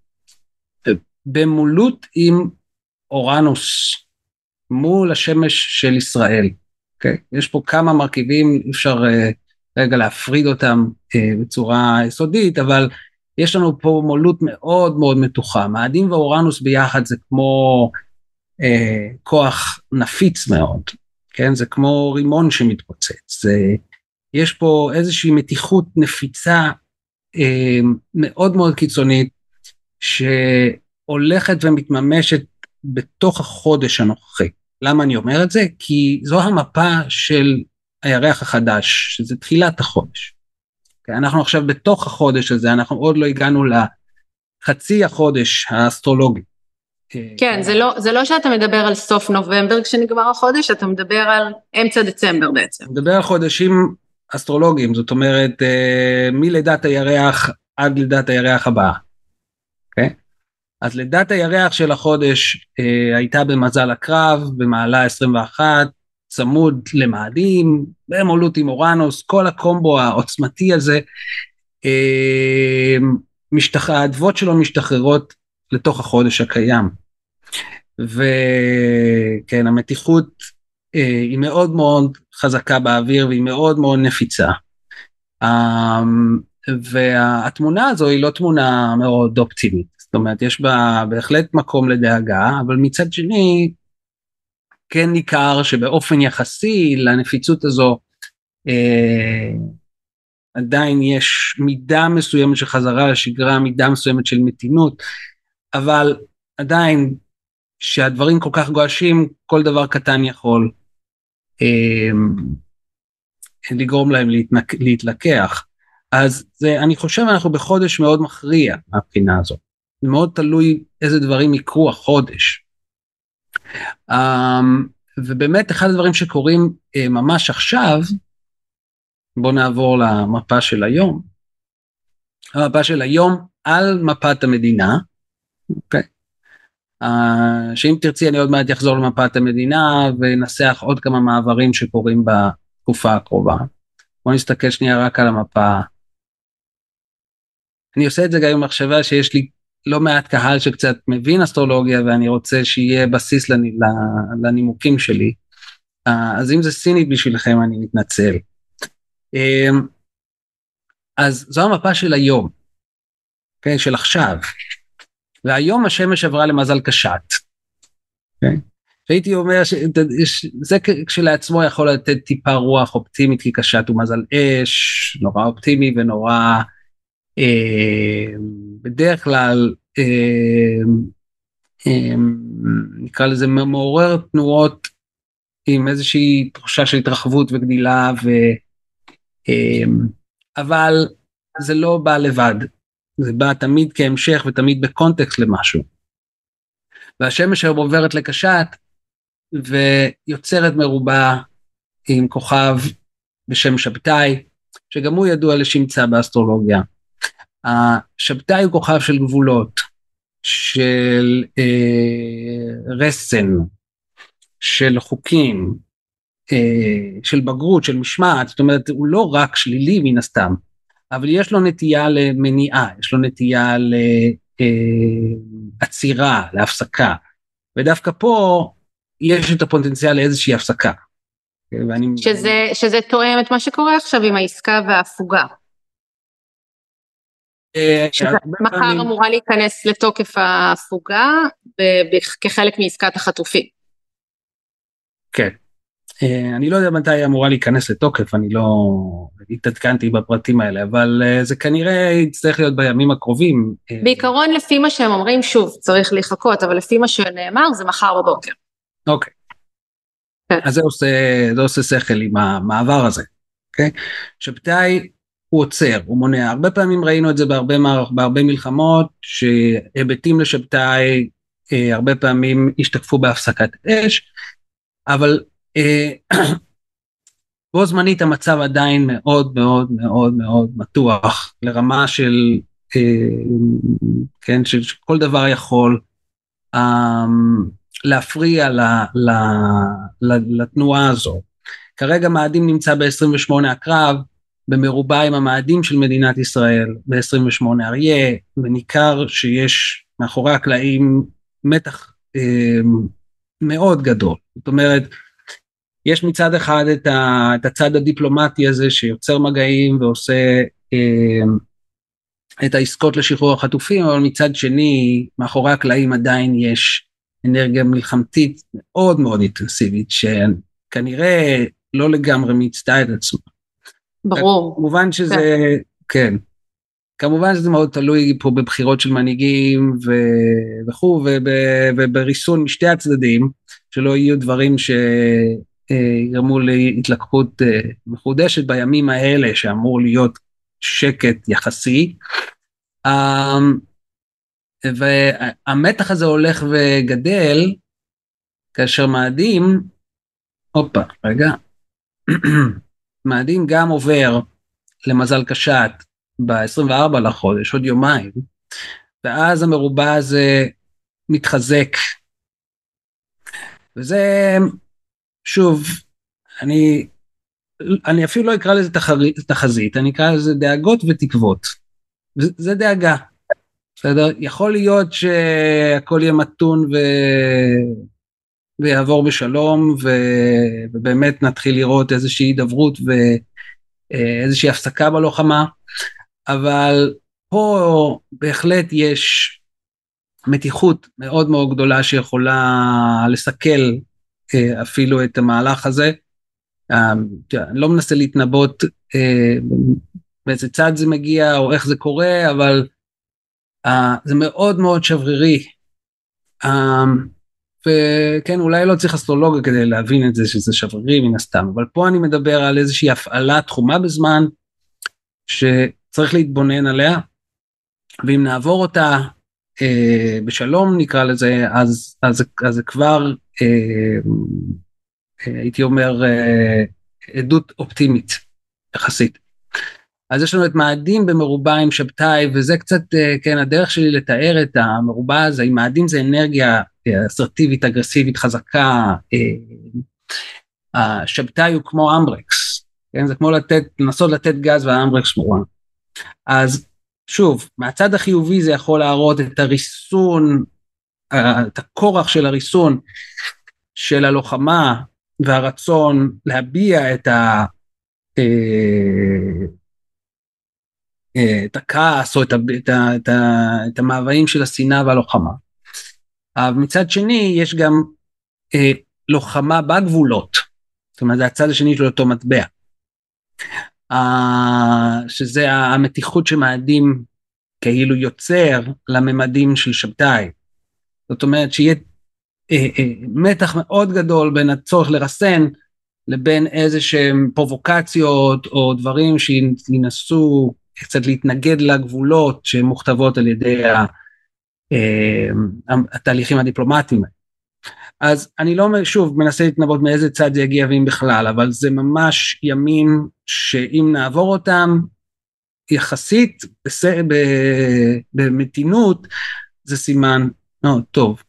במולות עם אורנוס, מול השמש של ישראל. Okay? יש פה כמה מרכיבים, אפשר uh, רגע להפריד אותם uh, בצורה יסודית, אבל יש לנו פה מולות מאוד מאוד מתוחה. מאדים ואורנוס ביחד זה כמו uh, כוח נפיץ מאוד, כן? זה כמו רימון שמתפוצץ. זה, יש פה איזושהי מתיחות נפיצה uh, מאוד מאוד קיצונית, ש... הולכת ומתממשת בתוך החודש הנוכחי. למה אני אומר את זה? כי זו המפה של הירח החדש, שזה תחילת החודש. אנחנו עכשיו בתוך החודש הזה, אנחנו עוד לא הגענו לחצי החודש האסטרולוגי. כן, זה לא, זה לא שאתה מדבר על סוף נובמבר כשנגמר החודש, אתה מדבר על אמצע דצמבר בעצם. מדבר על חודשים אסטרולוגיים, זאת אומרת, מלידת הירח עד לידת הירח הבאה. אוקיי? אז לידת הירח של החודש הייתה במזל הקרב, במעלה עשרים ואחת, צמוד למאדים, במולות עם אורנוס, כל הקומבו העוצמתי הזה, האדוות שלו משתחררות לתוך החודש הקיים. וכן, המתיחות היא מאוד מאוד חזקה באוויר, והיא מאוד מאוד נפיצה. והתמונה הזו היא לא תמונה מאוד אופטימית, זאת אומרת, יש בה בהחלט מקום לדאגה, אבל מצד שני, כן ניכר שבאופן יחסי לנפיצות הזו, אה, עדיין יש מידה מסוימת של חזרה לשגרה, מידה מסוימת של מתינות, אבל עדיין שהדברים כל כך גועשים, כל דבר קטן יכול אה, לגרום להם להתנק, להתלקח. אז זה, אני חושב אנחנו בחודש מאוד מכריע מהבחינה הזאת. זה מאוד תלוי איזה דברים יקרו החודש. Um, ובאמת אחד הדברים שקורים uh, ממש עכשיו, בואו נעבור למפה של היום. המפה של היום על מפת המדינה, אוקיי? Okay. Uh, שאם תרצי אני עוד מעט יחזור למפת המדינה ונסח עוד כמה מעברים שקורים בתקופה הקרובה. בואו נסתכל שנייה רק על המפה. אני עושה את זה גם עם מחשבה שיש לי לא מעט קהל שקצת מבין אסטרולוגיה, ואני רוצה שיהיה בסיס לנימוקים שלי. אז אם זה סינית בשבילכם, אני מתנצל. אז זו המפה של היום, של עכשיו. והיום השמש עברה למזל קשת. והייתי אומר, זה כשלעצמו יכול לתת טיפה רוח אופטימית, כי קשת הוא מזל אש, נורא אופטימי ונורא... בדרך כלל נקרא לזה מעורר תנועות עם איזושהי תחושה של התרחבות וגדילה, אבל זה לא בא לבד, זה בא תמיד כהמשך ותמיד בקונטקסט למשהו. והשמש עוברת לקשת ויוצרת מרובה עם כוכב בשם שבתאי, שגם הוא ידוע לשמצה באסטרולוגיה. השבתאי הוא כוכב של גבולות, של אה, רסן, של חוקים, אה, של בגרות, של משמעת, זאת אומרת, הוא לא רק שלילי מן הסתם, אבל יש לו נטייה למניעה, יש לו נטייה לעצירה, להפסקה, ודווקא פה יש את הפוטנציאל לאיזושהי הפסקה. ואני... שזה, שזה תואם את מה שקורה עכשיו עם העסקה וההפוגה. מחר אמורה להיכנס לתוקף ההפוגה כחלק מעסקת החטופים. כן, אני לא יודע מתי אמורה להיכנס לתוקף, אני לא התעדכנתי בפרטים האלה, אבל זה כנראה יצטרך להיות בימים הקרובים. בעיקרון לפי מה שהם אומרים, שוב, צריך לחכות, אבל לפי מה שנאמר זה מחר בבוקר. אוקיי, אז זה עושה, זה עושה שכל עם המעבר הזה, אוקיי? שבתאי הוא עוצר, הוא מונע. הרבה פעמים ראינו את זה בהרבה, בהרבה מלחמות, שהיבטים לשבתאי אה, הרבה פעמים השתקפו בהפסקת אש, אבל אה, בו זמנית המצב עדיין מאוד מאוד מאוד מאוד מתוח, לרמה של, אה, כן, שכל דבר יכול אה, להפריע ל, ל, ל, לתנועה הזו. כרגע מאדים נמצא ב-עשרים ושמונה הקרב, במרובע עם המאדים של מדינת ישראל, ב-עשרים ושמונה אריה, וניכר שיש מאחורי הקלעים מתח אה, מאוד גדול. זאת אומרת, יש מצד אחד את, ה, את הצד הדיפלומטי הזה, שיוצר מגעים ועושה אה, את העסקות לשחרור החטופים, אבל מצד שני, מאחורי הקלעים עדיין יש אנרגיה מלחמתית מאוד מאוד אינטנסיבית, שכנראה לא לגמרי מיצתה את עצמה. ברור. כמובן שזה, כן, כמובן שזה מאוד תלוי פה בבחירות של מנהיגים וכו', ובריסון משתי הצדדים, שלא יהיו דברים שיגרמו להתלקחות מחודשת בימים האלה, שאמור להיות שקט יחסי. והמתח הזה הולך וגדל, כאשר מאדים, הופה, רגע, מאדים גם עובר למזל קשת ב-עשרים וארבעה לחודש, עוד יומיים, ואז המרובע הזה מתחזק, וזה, שוב, אני, אני אפילו לא אקרא לזה תחזית, אני אקרא לזה דאגות ותקוות, זה דאגה, בסדר? יכול להיות שהכל יהיה מתון ו... ויעבור בשלום, ו... ובאמת נתחיל לראות איזושהי הידברות ואיזושהי הפסקה בלוחמה, אבל פה בהחלט יש מתיחות מאוד מאוד גדולה שיכולה לסכל אפילו את המהלך הזה. אני לא מנסה להתנבאות באיזה צד זה מגיע או איך זה קורה, אבל זה מאוד מאוד שברירי. וכן, אולי לא צריך אסטרולוגיה כדי להבין את זה שזה שברירי מן הסתם, אבל פה אני מדבר על איזושהי הפעלה תחומה בזמן שצריך להתבונן עליה, ואם נעבור אותה אה, בשלום נקרא לזה, אז, אז, אז זה כבר אה, אה, הייתי אומר אה, עדות אופטימית יחסית. אז יש לנו את מאדים במרובע עם שבתאי, וזה קצת, אה, כן, הדרך שלי לתאר את המרובע הזה, עם מאדים זה אנרגיה אסרטיבית, אגרסיבית, חזקה, אה, השבתאי הוא כמו אמברקס, כן, זה כמו לתת, לנסות לתת גז והאמברקס מורן. אז שוב, מהצד החיובי זה יכול להראות את הריסון, את הכורח של הריסון של הלוחמה, והרצון להביע את, ה, את הכעס, או את, את, את, את המאוויים של השנאה והלוחמה. אבל מצד שני, יש גם לוחמה בגבולות, זאת אומרת, זה הצד השני של אותו מטבע. שזה המתיחות שמאדים כאילו יוצר לממדים של שבתאי. זאת אומרת שיהיה מתח מאוד גדול בין הצורך לרסן לבין איזה שהם פרובוקציות או דברים שינסו קצת להתנגד לגבולות שמוכתבות על ידי התהליכים הדיפלומטיים. אז אני לא שוב מנסה להתנבאות מאיזה צד זה יגיע ואם בכלל, אבל זה ממש ימים שאם נעבור אותם יחסית במתינות, זה סימן מאוד טוב.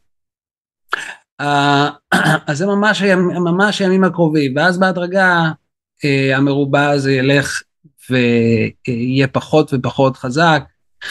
אז זה ממש, ממש הימים הקרובים, ואז בהדרגה המרובע הזה ילך ויהיה פחות ופחות חזק.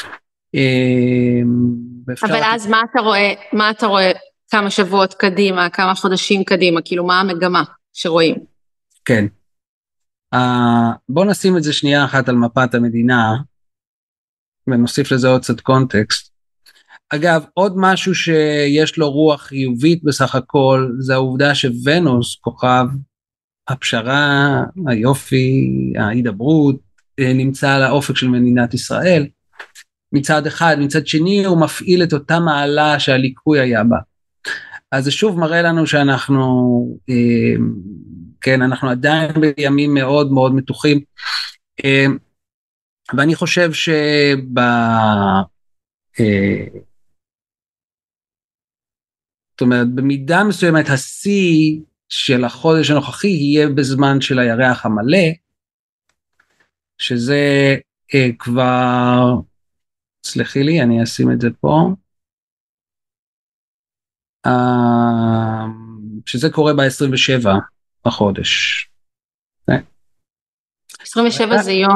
אבל אז מה אתה רואה, מה אתה רואה כמה שבועות קדימה, כמה חודשים קדימה, כאילו מה המגמה שרואים? כן. בוא נשים את זה שנייה אחת על מפת המדינה, ונוסיף לזה עוד קצת קונטקסט. אגב, עוד משהו שיש לו רוח חיובית בסך הכל, זה העובדה שוונוס, כוכב הפשרה, היופי, ההידברות, נמצא על האופק של מדינת ישראל, מצד אחד, מצד שני הוא מפעיל את אותה מעלה שהליקוי היה בה. אז זה שוב מראה לנו שאנחנו, כן, אנחנו עדיין בימים מאוד מאוד מתוחים, ואני חושב שב... זאת אומרת, במידה מסוימת השיא של החודש הנוכחי יהיה בזמן של הירח המלא, שזה כבר, סלחי לי, אני אשים את זה פה, שזה קורה ב-עשרים ושבעה בחודש. עשרים ושבע זה יום,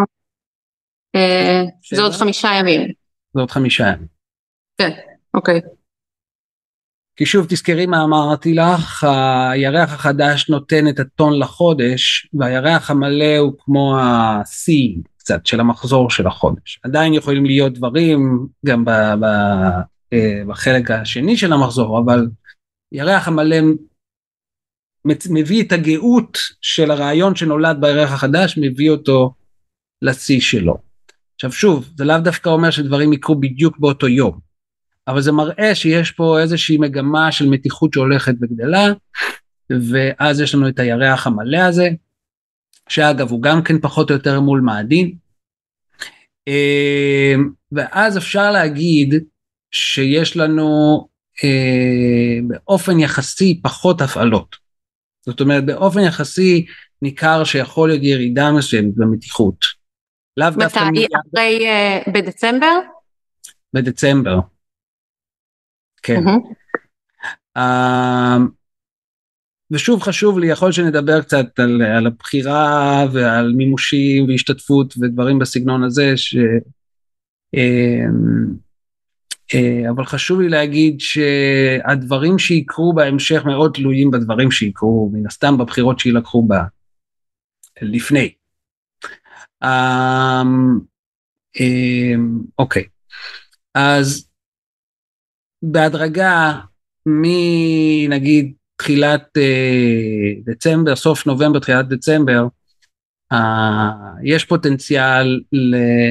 זה עוד חמישה ימים. זה עוד חמישה ימים. כן, אוקיי. כי שוב תזכרי מה אמרתי לך, הירח החדש נותן את הטון לחודש, והירח המלא הוא כמו ה-C קצת של המחזור של החודש. עדיין יכולים להיות דברים גם ב... ב בחלק השני של המחזור, אבל ירח המלא מביא את הגאות של הרעיון שנולד בירח החדש, מביא אותו לשיא שלו. עכשיו שוב, זה לאו דווקא אומר שדברים יקרו בדיוק באותו יום, אבל זה מראה שיש פה איזושהי מגמה של מתיחות שהולכת וגדלה, ואז יש לנו את הירח המלא הזה, שאגב הוא גם כן פחות או יותר מול מאדים, ואז אפשר להגיד שיש לנו אה, באופן יחסי פחות הפעלות. זאת אומרת, באופן יחסי ניכר שיכול להיות ירידה מסוימת במתיחות. לאו דווקא מתי? מיד... אחרי, uh, בדצמבר? בדצמבר. כן. Mm-hmm. Uh, ושוב חשוב לי, יכול שנדבר קצת על, על הבחירה ועל מימושים והשתתפות ודברים בסגנון הזה, ש... Uh, אבל חשוב לי להגיד שהדברים שיקרו בהמשך מאוד תלויים בדברים שיקרו, מן הסתם בבחירות שילקחו בה לפני. אוקיי, אז בהדרגה מנגיד תחילת דצמבר, סוף נובמבר, תחילת דצמבר, יש פוטנציאל ל...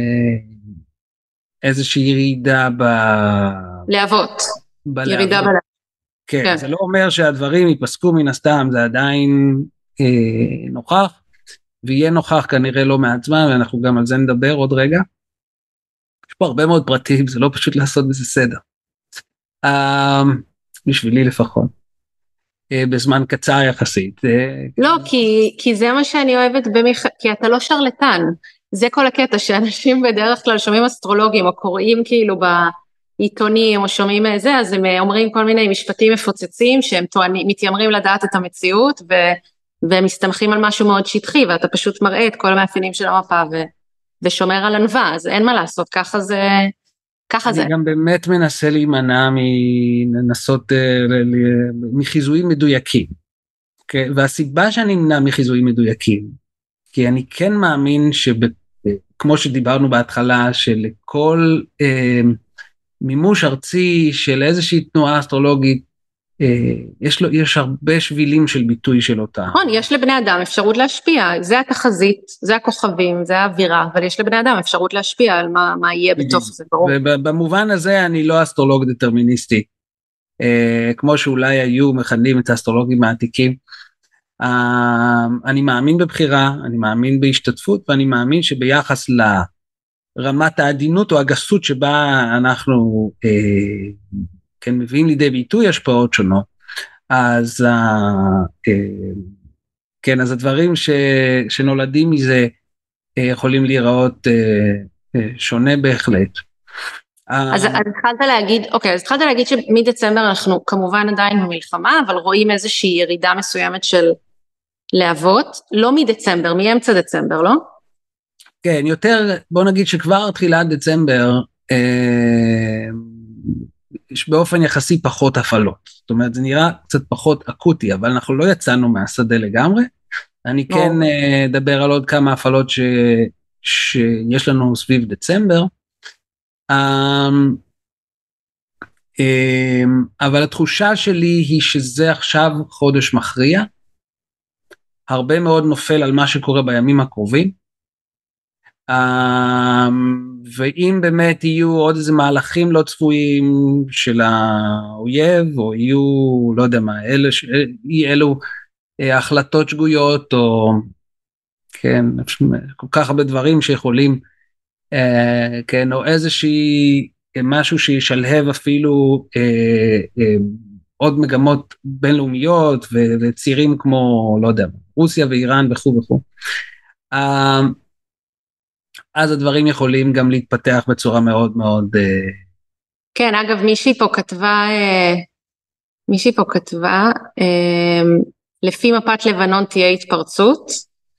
איזושהי ירידה ב... להבות. בלהבות. ירידה בלהבות. כן, כן, זה לא אומר שהדברים ייפסקו מן הסתם, זה עדיין אה, נוכח, ויהיה נוכח כנראה לא מעט זמן, ואנחנו גם על זה נדבר עוד רגע. יש פה הרבה מאוד פרטים, זה לא פשוט לעשות בזה סדר. אה, בשבילי לפחות. אה, בזמן קצר יחסית. אה, לא, כי, כי זה מה שאני אוהבת במיכ... כי אתה לא שרלטן. זה כל הקטע שאנשים בדרך כלל שומעים אסטרולוגים או קוראים כאילו בעיתונים או שומעים איזה, אז הם אומרים כל מיני משפטים מפוצצים שהם טוענים, מתיימרים לדעת את המציאות ו, והם מסתמכים על משהו מאוד שטחי, ואתה פשוט מראה את כל המאפיינים של המפה ו, ושומר על ענווה, אז אין מה לעשות, ככה זה, ככה אני זה. אני גם באמת מנסה להימנע מנסות, מחיזויים מדויקים, והסיבה שאני נמנע מחיזויים מדויקים, כי אני כן מאמין שכמו שדיברנו בהתחלה, שלכל אה, מימוש ארצי של איזושהי תנועה אסטרולוגית, אה, יש, לו, יש הרבה שבילים של ביטוי של אותה. נכון, יש לבני אדם אפשרות להשפיע, זה התחזית, זה הכוכבים, זה האווירה, אבל יש לבני אדם אפשרות להשפיע על מה, מה יהיה בתוך זה, ברור. ובמובן הזה אני לא אסטרולוג דטרמיניסטי, אה, כמו שאולי היו מכנים את האסטרולוגים העתיקים, Uh, אני מאמין בבחירה, אני מאמין בהשתתפות, ואני מאמין שביחס לרמת העדינות או הגסות שבה אנחנו uh, כן מביאים לידי ביטוי השפעות שונות, אז uh, uh, כן, אז הדברים ש, שנולדים מזה uh, יכולים להיראות uh, uh, שונה בהחלט. אז, אז התחלת להגיד, אוקיי, אז התחלת להגיד שמדצמבר אנחנו כמובן עדיין במלחמה, אבל רואים איזושהי ירידה מסוימת של להבות, לא מדצמבר, מאמצע דצמבר, לא? כן, יותר, בוא נגיד שכבר תחילת דצמבר, אה, יש באופן יחסי פחות הפעלות, זאת אומרת זה נראה קצת פחות אקוטי, אבל אנחנו לא יצאנו מהשדה לגמרי, אני כן אה, אדבר על עוד כמה הפעלות ש, שיש לנו סביב דצמבר, אה, אה, אבל התחושה שלי היא שזה עכשיו חודש מכריע, הרבה מאוד נופל על מה שקורה בימים הקרובים, ואם באמת יהיו עוד איזה מהלכים לא צפויים של האויב, או יהיו, לא יודע מה, אלה, אי אלו החלטות שגויות, או כן, כל כך הרבה דברים שיכולים, כן, או איזושהי, משהו שישלהב אפילו עוד מגמות בינלאומיות, וצירים כמו, לא יודע, רוסיה ואיראן וכו' וכו'. אז הדברים יכולים גם להתפתח בצורה מאוד מאוד... כן, אגב, מישהי פה כתבה, מישהי פה כתבה, לפי מפת לבנון תהיה התפרצות.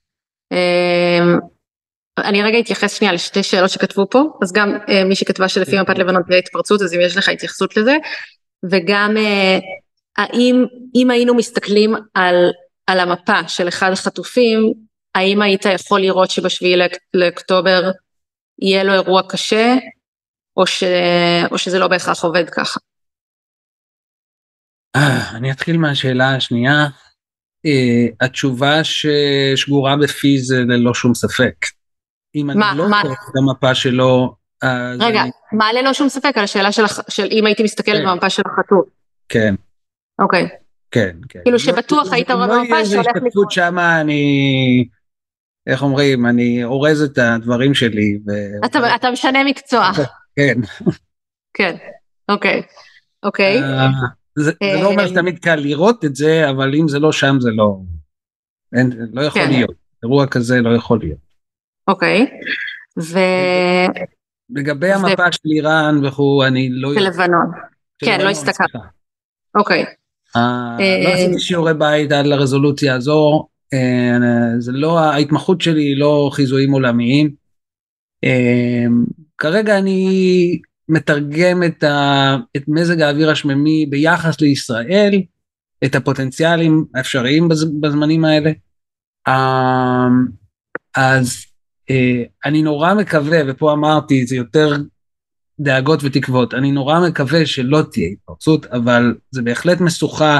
אני רגע אתייחס שנייה לשתי שאלות שכתבו פה, אז גם מישהי כתבה שלפי מפת לבנון תהיה התפרצות, אז אם יש לך התייחסות לזה, וגם האם, אם היינו מסתכלים על, על המפה של אחד החטופים, האם היית יכול לראות שבשביעי לאוקטובר יהיה לו אירוע קשה, או, ש, או שזה לא בהכרח עובד ככה? אני אתחיל מהשאלה השנייה, התשובה ששגורה בפי זה ללא שום ספק. אם אני לא רואה את המפה שלו, רגע, מה ללא שום ספק? על השאלה של אם הייתי מסתכלת במפה של החטוף. כן. אוקיי. כן, כן. כאילו שבטוח היית רואה במפה שהולך לקרות. השתתפות שמה אני, איך אומרים, אני אורז את הדברים שלי. אתה משנה מקצוע. כן. כן. אוקיי, אוקיי. זה לא אומר שתמיד קל לראות את זה, אבל אם זה לא שם זה לא, לא יכול להיות, אירוע כזה לא יכול להיות. אוקיי, ו... לגבי המפה של איראן וכו', אני לא יודע. של לבנון, כן, לא הסתכלת. אוקיי. לא עשיתי שיעורי בית עד לרזולוציה הזו, זה לא, ההתמחות שלי היא לא חיזויים עולמיים, כרגע אני מתרגם את, ה, את מזג האוויר השממי ביחס לישראל, את הפוטנציאלים האפשריים בזמנים האלה, אז אני נורא מקווה, ופה אמרתי, זה יותר דאגות ותקוות, אני נורא מקווה שלא תהיה התפרצות, אבל זה בהחלט משוכה,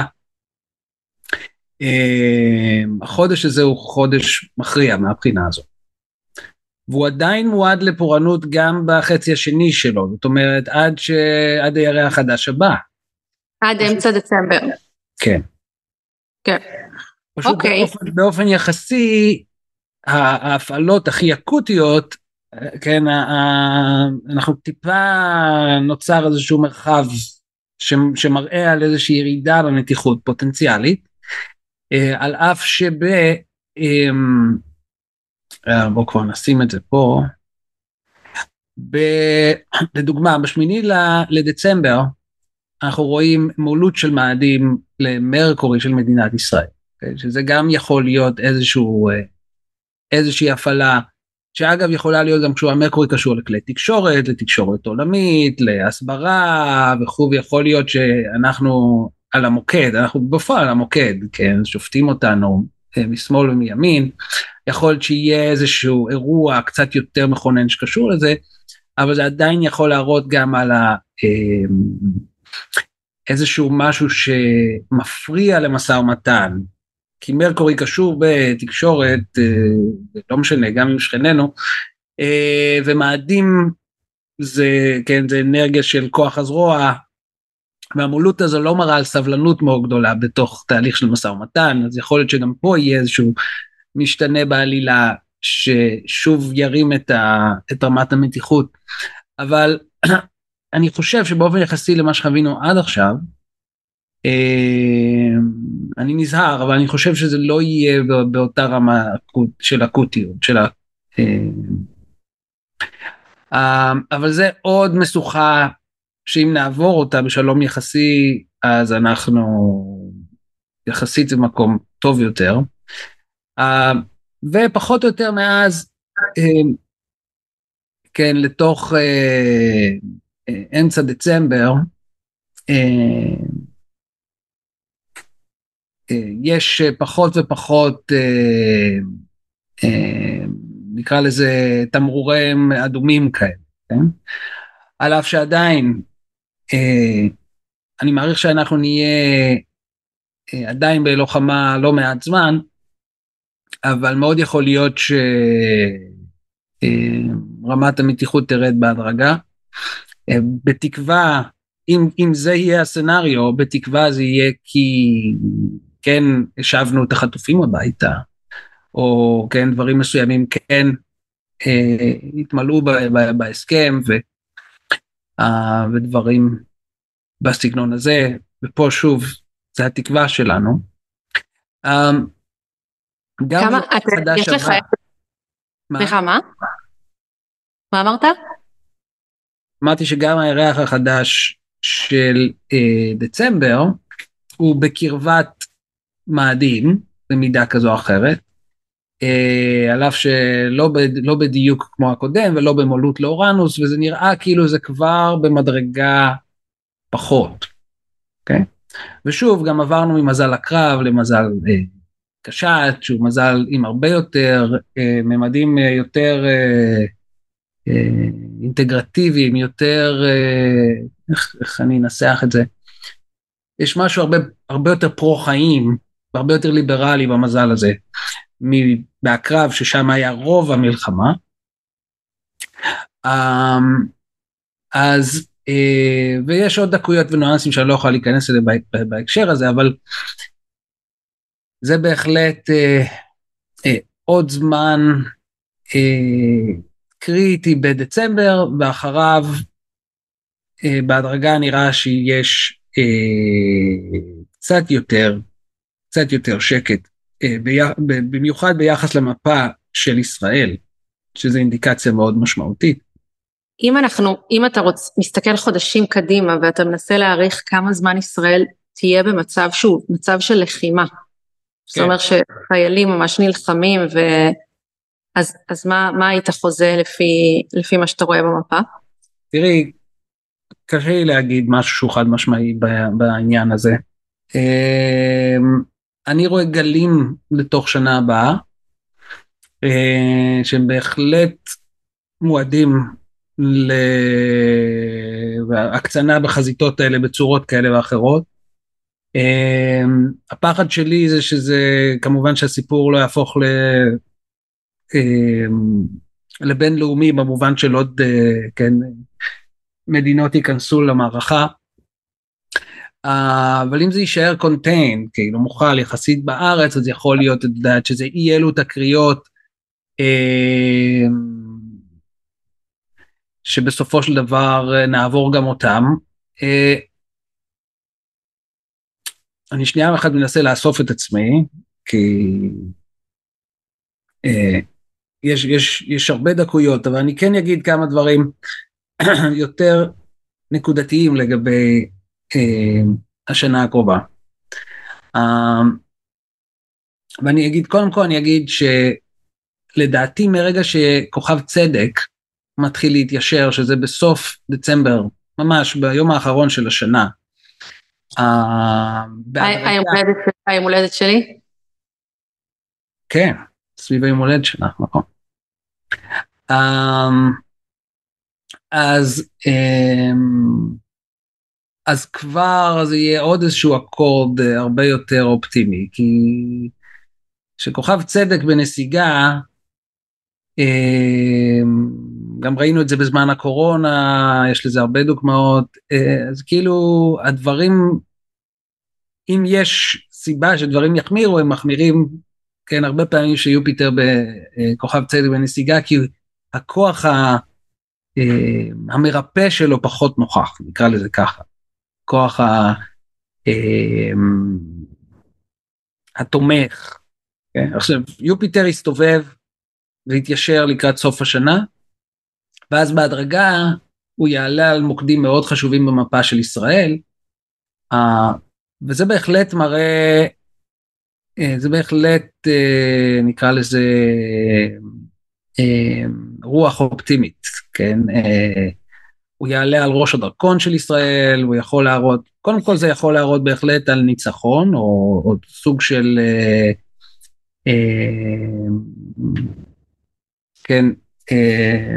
החודש הזה הוא חודש מכריע מהבחינה הזו. והוא עדיין מועד לפורענות גם בחצי השני שלו, זאת אומרת עד, ש... עד הירח החדש הבא. עד אמצע דצמבר. כן. כן. פשוט אוקיי. באופן, באופן יחסי, ההפעלות הכי אקוטיות, כן, אנחנו טיפה נוצר איזשהו מרחב שמראה על איזושהי ירידה במתיחות פוטנציאלית, על אף שב... בואו כבר נשים את זה פה, ב... לדוגמה, בשמיני לדצמבר, אנחנו רואים מעלות של מאדים למרקורי של מדינת ישראל, שזה גם יכול להיות איזשהו, איזושהי הפעלה, שאגב יכולה להיות גם כשהוא המרקורי קשור לכלי תקשורת, לתקשורת עולמית, להסברה וכו', ויכול להיות שאנחנו על המוקד, אנחנו בפועל על המוקד, כן, שופטים אותנו משמאל ומימין, יכול להיות שיהיה איזשהו אירוע קצת יותר מכונן שקשור לזה, אבל זה עדיין יכול להראות גם על ה, איזשהו משהו שמפריע למשא ומתן, כי מרקורי קשור בתקשורת, לא משנה, גם עם שכננו, ומאדים זה, כן, זה אנרגיה של כוח הזרוע, והמולות הזו לא מראה על סבלנות מאוד גדולה בתוך תהליך של משא ומתן, אז יכול להיות שגם פה יהיה איזשהו משתנה בעלילה, ששוב ירים את, ה, את רמת המתיחות, אבל אני חושב שבאופן יחסי למה שחווינו עד עכשיו, אני נזהר, אבל אני חושב שזה לא יהיה באותה רמה של אקוטיות, של ה... אבל זה עוד משוכה, שאם נעבור אותה בשלום יחסי, אז אנחנו יחסית זה מקום טוב יותר, ופחות או יותר מאז, כן, לתוך אמצע דצמבר, יש פחות ופחות, נקרא לזה תמרורים אדומים כאלה, כן? על אף שעדיין, אני מעריך שאנחנו נהיה עדיין בלוחמה לא מעט זמן, אבל מאוד יכול להיות שרמת המתיחות תרד בהדרגה, בתקווה, אם, אם זה יהיה הסצנריו, בתקווה זה יהיה כי כן השבנו את החטופים הביתה, או כן דברים מסוימים כן אה, התמלאו ב, ב, בהסכם, ו, אה, ודברים בסגנון הזה, ופה שוב, זה התקווה שלנו. אה, גם כמה, אתה, יש לך... סליחה, מה? מה אמרת? אמרתי שגם הירח החדש של אה, דצמבר, הוא בקרבת מאדים, במידה כזו או אחרת, אה, על אף שלא ב, לא בדיוק כמו הקודם, ולא במולות לאורנוס, וזה נראה כאילו זה כבר במדרגה פחות. Okay? ושוב, גם עברנו ממזל הקרב למזל אה, קשת, שהוא מזל עם הרבה יותר, אה, ממדים אה, יותר אה, אה, אינטגרטיביים, יותר, אה, איך, איך אני אנסח את זה, יש משהו הרבה, הרבה יותר פרו-חיים, והרבה יותר ליברלי במזל הזה, מהקרב ששם היה רוב המלחמה. אז, ויש עוד דקויות ונואנסים שאני לא יכול להיכנס אליהם בהקשר הזה, אבל זה בהחלט עוד זמן קריטי בדצמבר, ואחריו אה, בהדרגה נראה שיש אה, קצת יותר, קצת יותר שקט, אה, בי, במיוחד ביחס למפה של ישראל, שזו אינדיקציה מאוד משמעותית. אם אנחנו, אם אתה רוצ, מסתכל חודשים קדימה ואתה מנסה להעריך כמה זמן ישראל תהיה במצב שהוא מצב של לחימה, כן. זאת אומרת שחיילים ממש נלחמים, ו... אז, אז מה, מה היית חוזה לפי, לפי מה שאתה רואה במפה? תראי, קשה לי להגיד משהו שהוא חד משמעי בעניין הזה. אני רואה גלים לתוך שנה הבאה, שהם בהחלט מועדים להקצנה בחזיתות האלה בצורות כאלה ואחרות. הפחד שלי זה שזה, כמובן שהסיפור לא יהפוך ל... לבינלאומי במובן של עוד, כן, מדינות ייכנסו למערכה, אבל אם זה יישאר קונטיין, כאילו מוכל יחסית בארץ, אז יכול להיות, את יודעת, שזה אי אלו תקריות, שבסופו של דבר נעבור גם אותם. אני שנייה אחת מנסה לאסוף את עצמי, כי יש, יש, יש הרבה דקויות, אבל אני כן אגיד כמה דברים יותר נקודתיים לגבי השנה הקרובה. ואני אגיד, קודם כל אני אגיד שלדעתי מרגע שכוכב צדק מתחיל להתיישר, שזה בסוף דצמבר, ממש ביום האחרון של השנה. היום הולדת שלי? כן, סביב היום הולדת שלך, נכון. אז אז כבר זה יהיה עוד איזשהו אקורד הרבה יותר אופטימי, כי שכוכב צדק בנסיגה, גם ראינו את זה בזמן הקורונה, יש לזה הרבה דוגמאות, אז כאילו הדברים, אם יש סיבה שדברים יחמירו, הם מחמירים, כן, הרבה פעמים שיופיטר בכוכב צדק בנסיגה, כי הכוח המרפא שלו פחות נוכח, נקרא לזה ככה. כוח ה, התומך. Okay? עכשיו, יופיטר הסתובב והתיישר לקראת סוף השנה, ואז בהדרגה הוא יעלה על מוקדים מאוד חשובים במפה של ישראל, וזה בהחלט מראה, זה בהחלט נקרא לזה רוח אופטימית, כן? הוא יעלה על ראש הדרכון של ישראל, הוא יכול להראות, קודם כל זה יכול להראות בהחלט על ניצחון, או, או סוג של, אה, אה, כן, אה,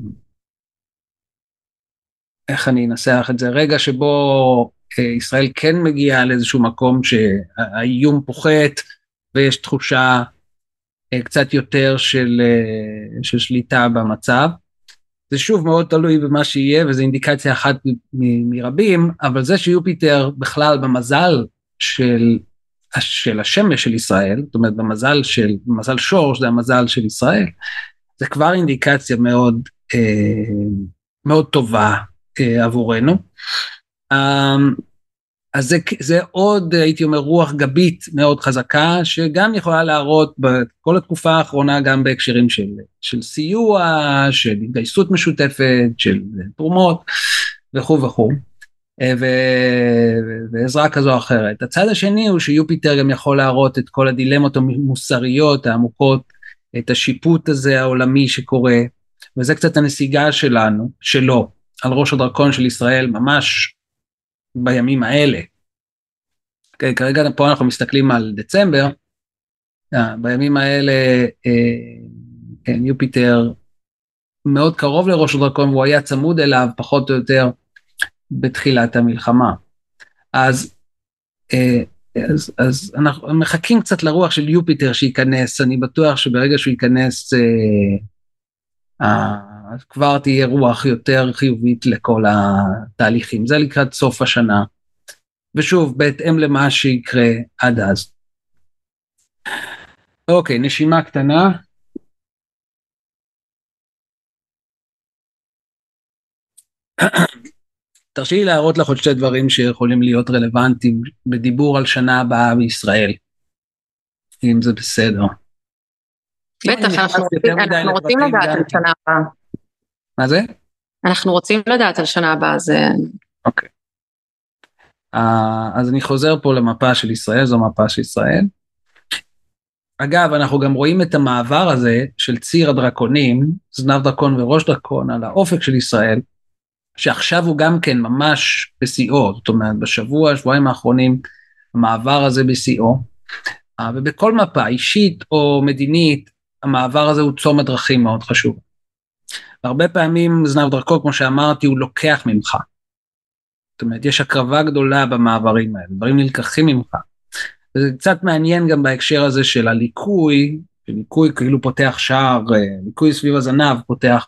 איך אני אנסח את זה, רגע שבו אה, ישראל כן מגיעה לאיזשהו מקום שהאיום פוחת, ויש תחושה אה, קצת יותר של, אה, של שליטה במצב, זה שוב מאוד תלוי במה שיהיה, וזו אינדיקציה אחת מ- מרבים, אבל זה שיופיטר בכלל במזל של, של השמש של ישראל, זאת אומרת במזל של, במזל שור, שזה המזל של ישראל, זה כבר אינדיקציה מאוד, אה, מאוד טובה אה, עבורנו. אה, אז זה, זה עוד, הייתי אומר, רוח גבית מאוד חזקה, שגם יכולה להראות בכל התקופה האחרונה, גם בהקשרים של, של סיוע, של התגייסות משותפת, של תרומות, וכו' וכו', ו, ועזרה כזו או אחרת. הצד השני הוא שיופיטר גם יכול להראות את כל הדילמות המוסריות, העמוקות, את השיפוט הזה העולמי שקורה, וזה קצת הנסיגה שלנו, שלו, על ראש הדרכון של ישראל, ממש, בימים האלה. Okay, כרגע פה אנחנו מסתכלים על דצמבר, uh, בימים האלה uh, כן, יופיטר מאוד קרוב לראש הדרכון, והוא היה צמוד אליו פחות או יותר בתחילת המלחמה. אז, uh, אז, אז אנחנו מחכים קצת לרוח של יופיטר שייכנס, אני בטוח שברגע שהוא ייכנס, uh, uh, אז כבר תהיה רוח יותר חיובית לכל התהליכים. זה לקראת סוף השנה. ושוב, בהתאם למה שיקרה עד אז. אוקיי, נשימה קטנה. תרשי לי להראות לך עוד שתי דברים שיכולים להיות רלוונטיים בדיבור על שנה הבאה בישראל, אם זה בסדר. בטח, אנחנו רוצים, אנחנו רוצים לדעת על שנה הבאה. מה זה? אנחנו רוצים לדעת על שנה הבאה, זה... אוקיי. אז אני חוזר פה למפה של ישראל, זו מפה של ישראל. אגב, אנחנו גם רואים את המעבר הזה של ציר הדרקונים, זנב דרקון וראש דרקון, על האופק של ישראל, שעכשיו הוא גם כן ממש בשיאו, זאת אומרת, בשבוע, שבועיים האחרונים, המעבר הזה בשיאו, ובכל מפה, אישית או מדינית, המעבר הזה הוא צומת דרכים מאוד חשוב. הרבה פעמים זנב דרקון, כמו שאמרתי, הוא לוקח ממך. זאת אומרת, יש הקרבה גדולה במעברים האלה, דברים נלקחים ממך. וזה קצת מעניין גם בהקשר הזה של הליקוי, ליקוי כאילו פותח שער, ליקוי סביב הזנב פותח,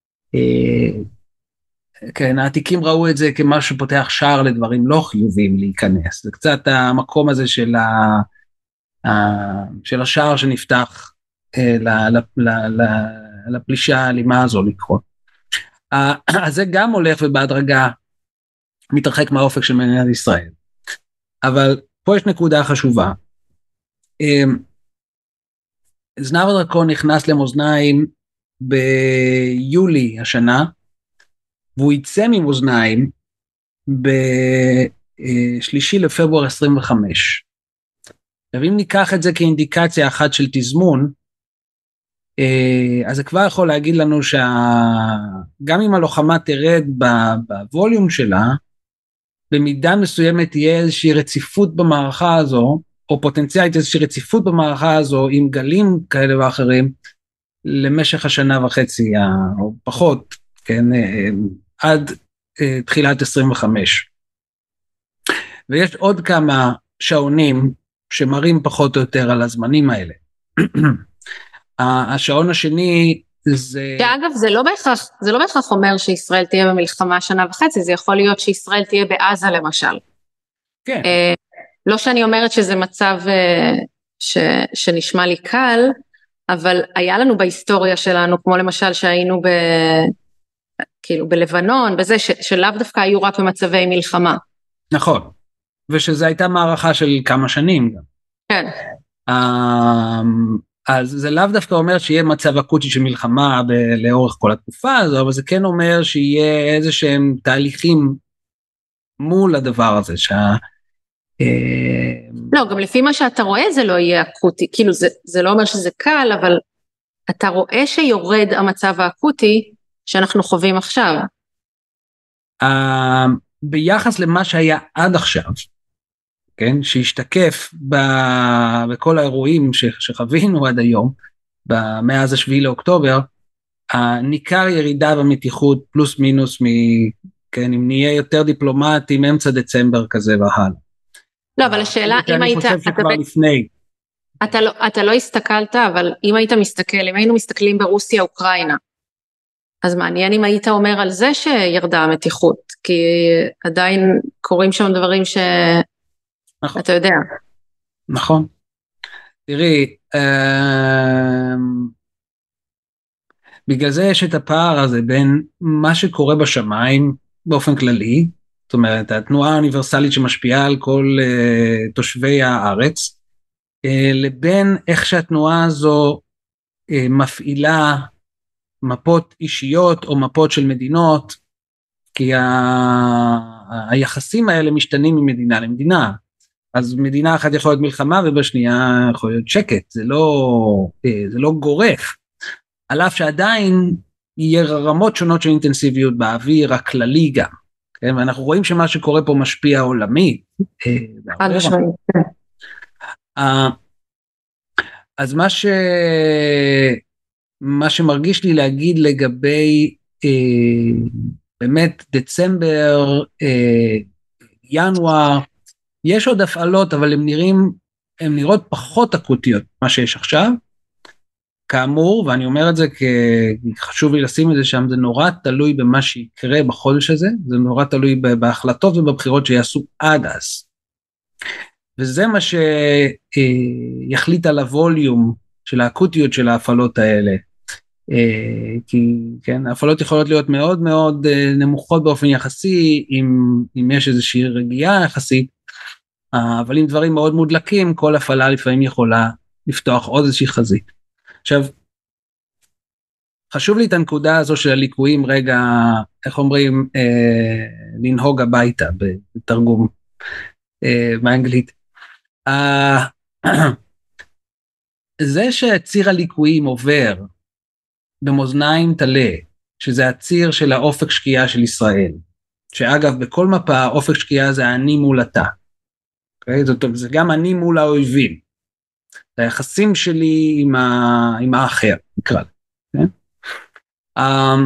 כן, העתיקים ראו את זה כמשהו שפותח שער לדברים לא חיוביים להיכנס, זה קצת המקום הזה של, ה, של השער שנפתח לפלישה האלימה הזו לקרות. אז זה גם הולך ובהדרגה מתרחק מהאופק של מדינת ישראל. אבל פה יש נקודה חשובה. זנב הדרקון נכנס למאזניים ביולי השנה, והוא יצא ממאזניים בשלישי לפברואר עשרים וחמש. אם ניקח את זה כאינדיקציה אחת של תזמון, אז זה כבר יכול להגיד לנו שגם אם הלוחמה תרד בווליום שלה, במידה מסוימת תהיה איזושהי רציפות במערכה הזו, או פוטנציאלית איזושהי רציפות במערכה הזו, עם גלים כאלה ואחרים, למשך השנה וחצי, או פחות, כן, עד תחילת עשרים וחמש. ויש עוד כמה שעונים, שמראים פחות או יותר על הזמנים האלה. השעון השני זה... שאגב, זה לא בהכרח, זה לא בהכרח אומר שישראל תהיה במלחמה שנה וחצי, זה יכול להיות שישראל תהיה בעזה למשל. כן. אה, לא שאני אומרת שזה מצב אה, ש, שנשמע לי קל, אבל היה לנו בהיסטוריה שלנו, כמו למשל שהיינו ב, כאילו בלבנון, בזה ש, שלאו דווקא היו רק במצבי מלחמה. נכון, ושזו הייתה מערכה של כמה שנים גם. כן. אה... אז זה לאו דווקא אומר שיהיה מצב אקוטי של מלחמה ב- לאורך כל התקופה הזו, אבל זה כן אומר שיהיה איזה שהם תהליכים מול הדבר הזה. שה... לא, גם לפי מה שאתה רואה זה לא יהיה אקוטי, כאילו זה, זה לא אומר שזה קל, אבל אתה רואה שיורד המצב האקוטי שאנחנו חווים עכשיו. ביחס למה שהיה עד עכשיו, כן, שהשתקף ב... בכל האירועים ש... שחווינו עד היום, מאז השביעי לאוקטובר, ניכר ירידה במתיחות פלוס מינוס, מ... כן, אם נהיה יותר דיפלומטים, אמצע דצמבר כזה והלאה. לא, אבל השאלה, אם היית... אני חושב שכבר אתה... לפני. אתה לא, אתה לא הסתכלת, אבל אם היית מסתכל, אם היינו מסתכלים ברוסיה, אוקראינה, אז מעניין אם היית אומר על זה שירדה המתיחות, כי עדיין קורים שם דברים ש... נכון. אתה יודע. נכון. תראי, אה, בגלל זה יש את הפער הזה בין מה שקורה בשמיים באופן כללי, זאת אומרת, התנועה האוניברסלית שמשפיעה על כל אה, תושבי הארץ, אה, לבין איך שהתנועה הזו אה, מפעילה מפות אישיות או מפות של מדינות, כי ה... היחסים האלה משתנים ממדינה למדינה. אז מדינה אחת יכול להיות מלחמה, ובשנייה יכול להיות שקט, זה לא, זה לא גורף, על אף שעדיין יהיה רמות שונות של אינטנסיביות באוויר הכללי גם, כן? ואנחנו רואים שמה שקורה פה משפיע עולמי. אז מה ש... מה שמרגיש לי להגיד לגבי באמת דצמבר, ינואר, יש עוד הפעלות, אבל הם נראים, הם נראות פחות אקוטיות, מה שיש עכשיו. כאמור, ואני אומר את זה כי חשוב לי לשים את זה שם, זה נורא תלוי במה שיקרה בחודש הזה, זה נורא תלוי בהחלטות ובבחירות שיעשו עד אז. וזה מה שיחליט על הווליום של האקוטיות של ההפעלות האלה. כי כן, ההפעלות יכולות להיות מאוד מאוד נמוכות באופן יחסי, אם, אם יש איזושהי רגיעה יחסית, אבל אם דברים מאוד מודלקים, כל הפעלה לפעמים יכולה לפתוח עוד איזושהי חזית. עכשיו, חשוב לי את הנקודה הזו של הליקויים, רגע, איך אומרים, אה, לנהוג הביתה, בתרגום אה, באנגלית. אה, זה שציר הליקויים עובר במאזניים תלה, שזה הציר של האופק שקיעה של ישראל, שאגב, בכל מפה, אופק שקיעה זה אני מול אתה. Okay? זאת אומרת, זה גם אני מול האויבים. זה היחסים שלי עם, ה... עם האחר, נקרא לזה. Okay? Um,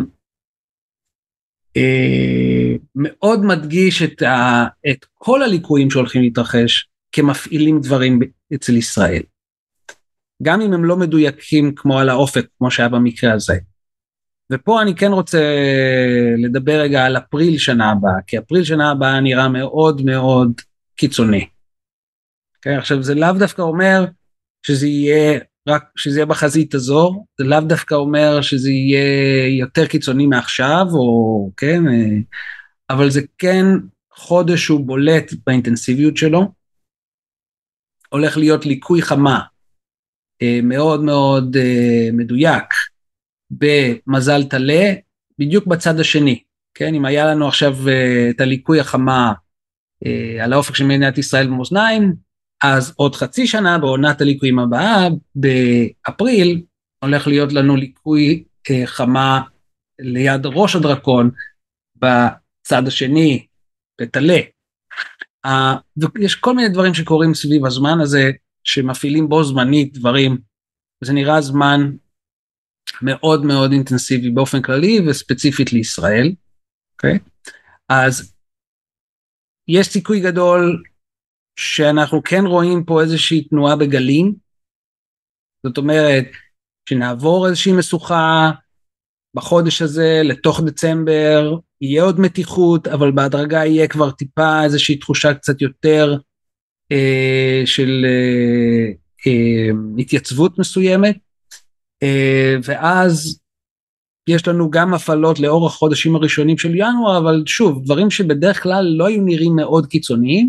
uh, מאוד מדגיש את, ה... את כל הליקויים שהולכים להתרחש, כמפעילים דברים אצל ישראל. גם אם הם לא מדויקים כמו על האופק, כמו שהיה במקרה הזה. ופה אני כן רוצה לדבר רגע על אפריל שנה הבאה, כי אפריל שנה הבאה נראה מאוד מאוד קיצוני. Okay, עכשיו זה לאו דווקא אומר שזה יהיה רק שזה יהיה בחזית הזו, זה לאו דווקא אומר שזה יהיה יותר קיצוני מעכשיו, או כן, אבל זה כן חודש שהוא בולט באינטנסיביות שלו, הולך להיות ליקוי חמה, מאוד מאוד מדויק, במזל תלה, בדיוק בצד השני, כן, אם היה לנו עכשיו את הליקוי החמה, על האופק של מדינת ישראל במאזניים, אז עוד חצי שנה בעונת הליקויים הבאה, באפריל, הולך להיות לנו ליקוי אה, חמה ליד ראש הדרקון, בצד השני, בתלה. אה, ויש כל מיני דברים שקורים סביב הזמן הזה, שמפעילים בו זמנית דברים, זה נראה זמן מאוד מאוד אינטנסיבי באופן כללי, וספציפית לישראל. אוקיי? אז יש סיכוי גדול, שאנחנו כן רואים פה איזושהי תנועה בגלים, זאת אומרת, שנעבור איזושהי משוכה בחודש הזה, לתוך דצמבר, יהיה עוד מתיחות, אבל בהדרגה יהיה כבר טיפה איזושהי תחושה קצת יותר אה, של אה, אה, התייצבות מסוימת, אה, ואז יש לנו גם הפעלות לאור החודשים הראשונים של ינואר, אבל שוב, דברים שבדרך כלל לא היו נראים מאוד קיצוניים,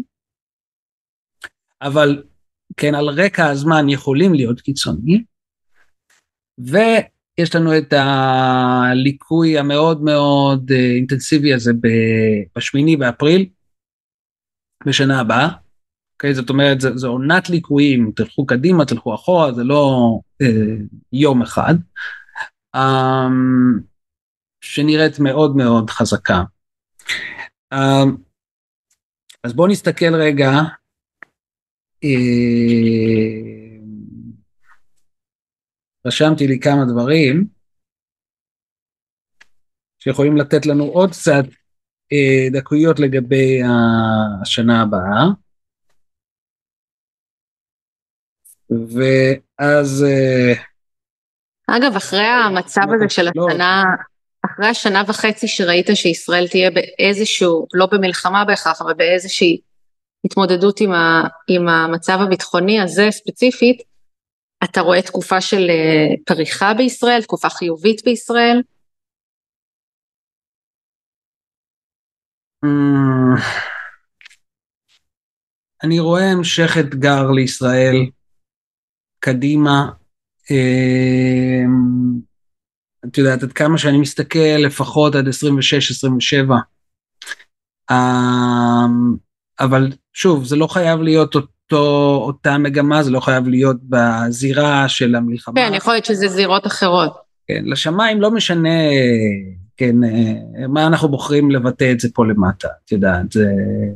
אבל כן, על רקע הזמן יכולים להיות קיצוניים, ויש לנו את הליקוי המאוד מאוד אינטנסיבי הזה בשמיני באפריל, בשנה הבאה, okay, זאת אומרת, זה, זה עונת ליקויים, תלכו קדימה, תלכו אחורה, זה לא אה, יום אחד, אה, שנראית מאוד מאוד חזקה. אה, אז בואו נסתכל רגע, רשמתי לי כמה דברים שיכולים לתת לנו עוד קצת דקויות לגבי השנה הבאה, ואז אגב, אחרי המצב הזה של השנה, אחרי השנה וחצי שראית שישראל תהיה באיזשהו, לא במלחמה בהכרח, אבל באיזושהי התמודדות עם, ה, עם המצב הביטחוני הזה ספציפית, אתה רואה תקופה של פריחה בישראל, תקופה חיובית בישראל? אני רואה המשך אתגר לישראל קדימה, את יודעת, עד כמה שאני מסתכל, לפחות עד עשרים ושש עשרים ושבע, אבל שוב, זה לא חייב להיות אותו, אותה מגמה, זה לא חייב להיות בזירה של המלחמה. כן, יכול להיות שזה זירות אחרות. כן, לשמיים לא משנה, כן, מה אנחנו בוחרים לבטא את זה פה למטה, את יודעת, זה...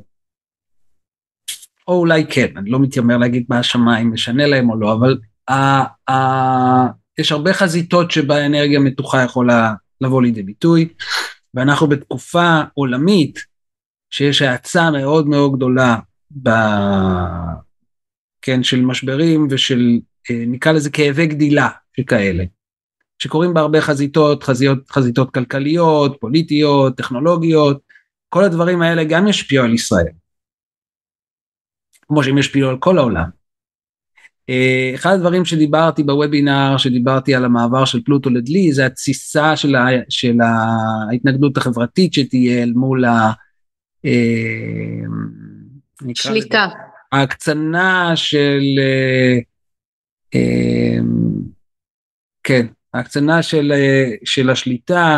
או אולי כן, אני לא מתיימר להגיד מה השמיים משנה להם או לא, אבל ה, ה, יש הרבה חזיתות שבה האנרגיה מתוחה יכולה לבוא לידי ביטוי, ואנחנו בתקופה עולמית, שיש האצה מאוד מאוד גדולה, ב, כן, של משברים ושל, נקרא לזה כאבי גדילה שכאלה, שקוראים בהרבה חזיתות, חזיתות, חזיתות כלכליות, פוליטיות, טכנולוגיות, כל הדברים האלה גם ישפיעו על ישראל. כמו שהם ישפיעו על כל העולם. אחד הדברים שדיברתי בוובינר, שדיברתי על המעבר של פלוטו לדלי, זה התסיסה של, ה, של ההתנגדות החברתית שתהיה אל מול ה... שליטה. ההקצנה של... כן, ההקצנה של, של השליטה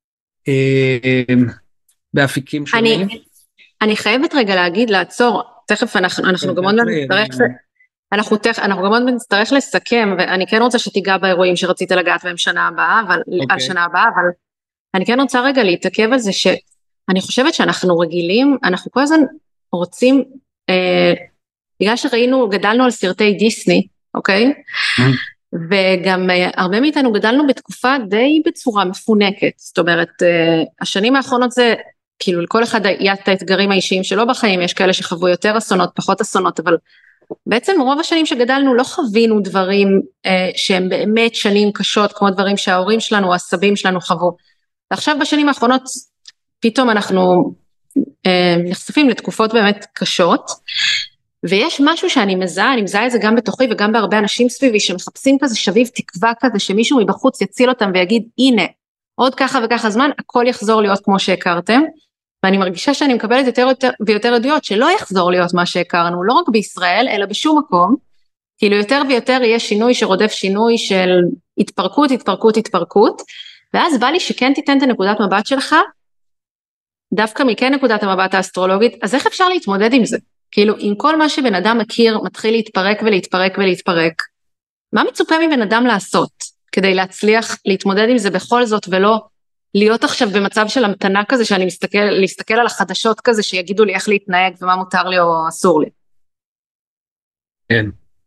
באפיקים שונים. אני, אני חייבת רגע להגיד, לעצור, תכף אנחנו, אנחנו גם עוד נצטרך... אנחנו, תכ... אנחנו גם עוד נצטרך לסכם, ואני כן רוצה שתיגע באירועים שרצית לגעת בהם שנה הבאה, אבל, okay. על שנה הבאה, אבל אני כן רוצה רגע להתעכב על זה, שאני חושבת שאנחנו רגילים, אנחנו כל הזמן רוצים, אה, בגלל שראינו, גדלנו על סרטי דיסני, אוקיי? Mm. וגם אה, הרבה מאיתנו גדלנו בתקופה די בצורה מפונקת, זאת אומרת, אה, השנים האחרונות זה, כאילו לכל אחד היה את האתגרים האישיים שלו בחיים, יש כאלה שחוו יותר אסונות, פחות אסונות, אבל בעצם רוב השנים שגדלנו לא חווינו דברים אה, שהם באמת שנים קשות, כמו דברים שההורים שלנו, הסבים שלנו חוו. ועכשיו בשנים האחרונות, פתאום אנחנו אה, נחשפים לתקופות באמת קשות, ויש משהו שאני מזהה, אני מזהה את זה גם בתוכי וגם בהרבה אנשים סביבי, שמחפשים כזה שביב תקווה כזה, שמישהו מבחוץ יציל אותם ויגיד, הנה, עוד ככה וככה זמן, הכל יחזור להיות כמו שהכרתם, ואני מרגישה שאני מקבלת יותר יותר ויותר עדויות שלא יחזור להיות מה שהכרנו, לא רק בישראל, אלא בשום מקום, כאילו יותר ויותר יהיה שינוי שרודף שינוי של התפרקות, התפרקות, התפרקות, ואז בא לי שכן תיתן את הנקודת מבט שלך, דווקא מכן נקודת המבט האסטרולוגית, אז איך אפשר להתמודד עם זה? כאילו, אם כל מה שבן אדם מכיר מתחיל להתפרק ולהתפרק ולהתפרק, מה מצופה מבן אדם לעשות, כדי להצליח להתמודד עם זה בכל זאת ולא להיות עכשיו במצב של המתנה כזה, שאני מסתכל, להסתכל על החדשות כזה, שיגידו לי איך להתנהג ומה מותר לי או אסור לי. כן.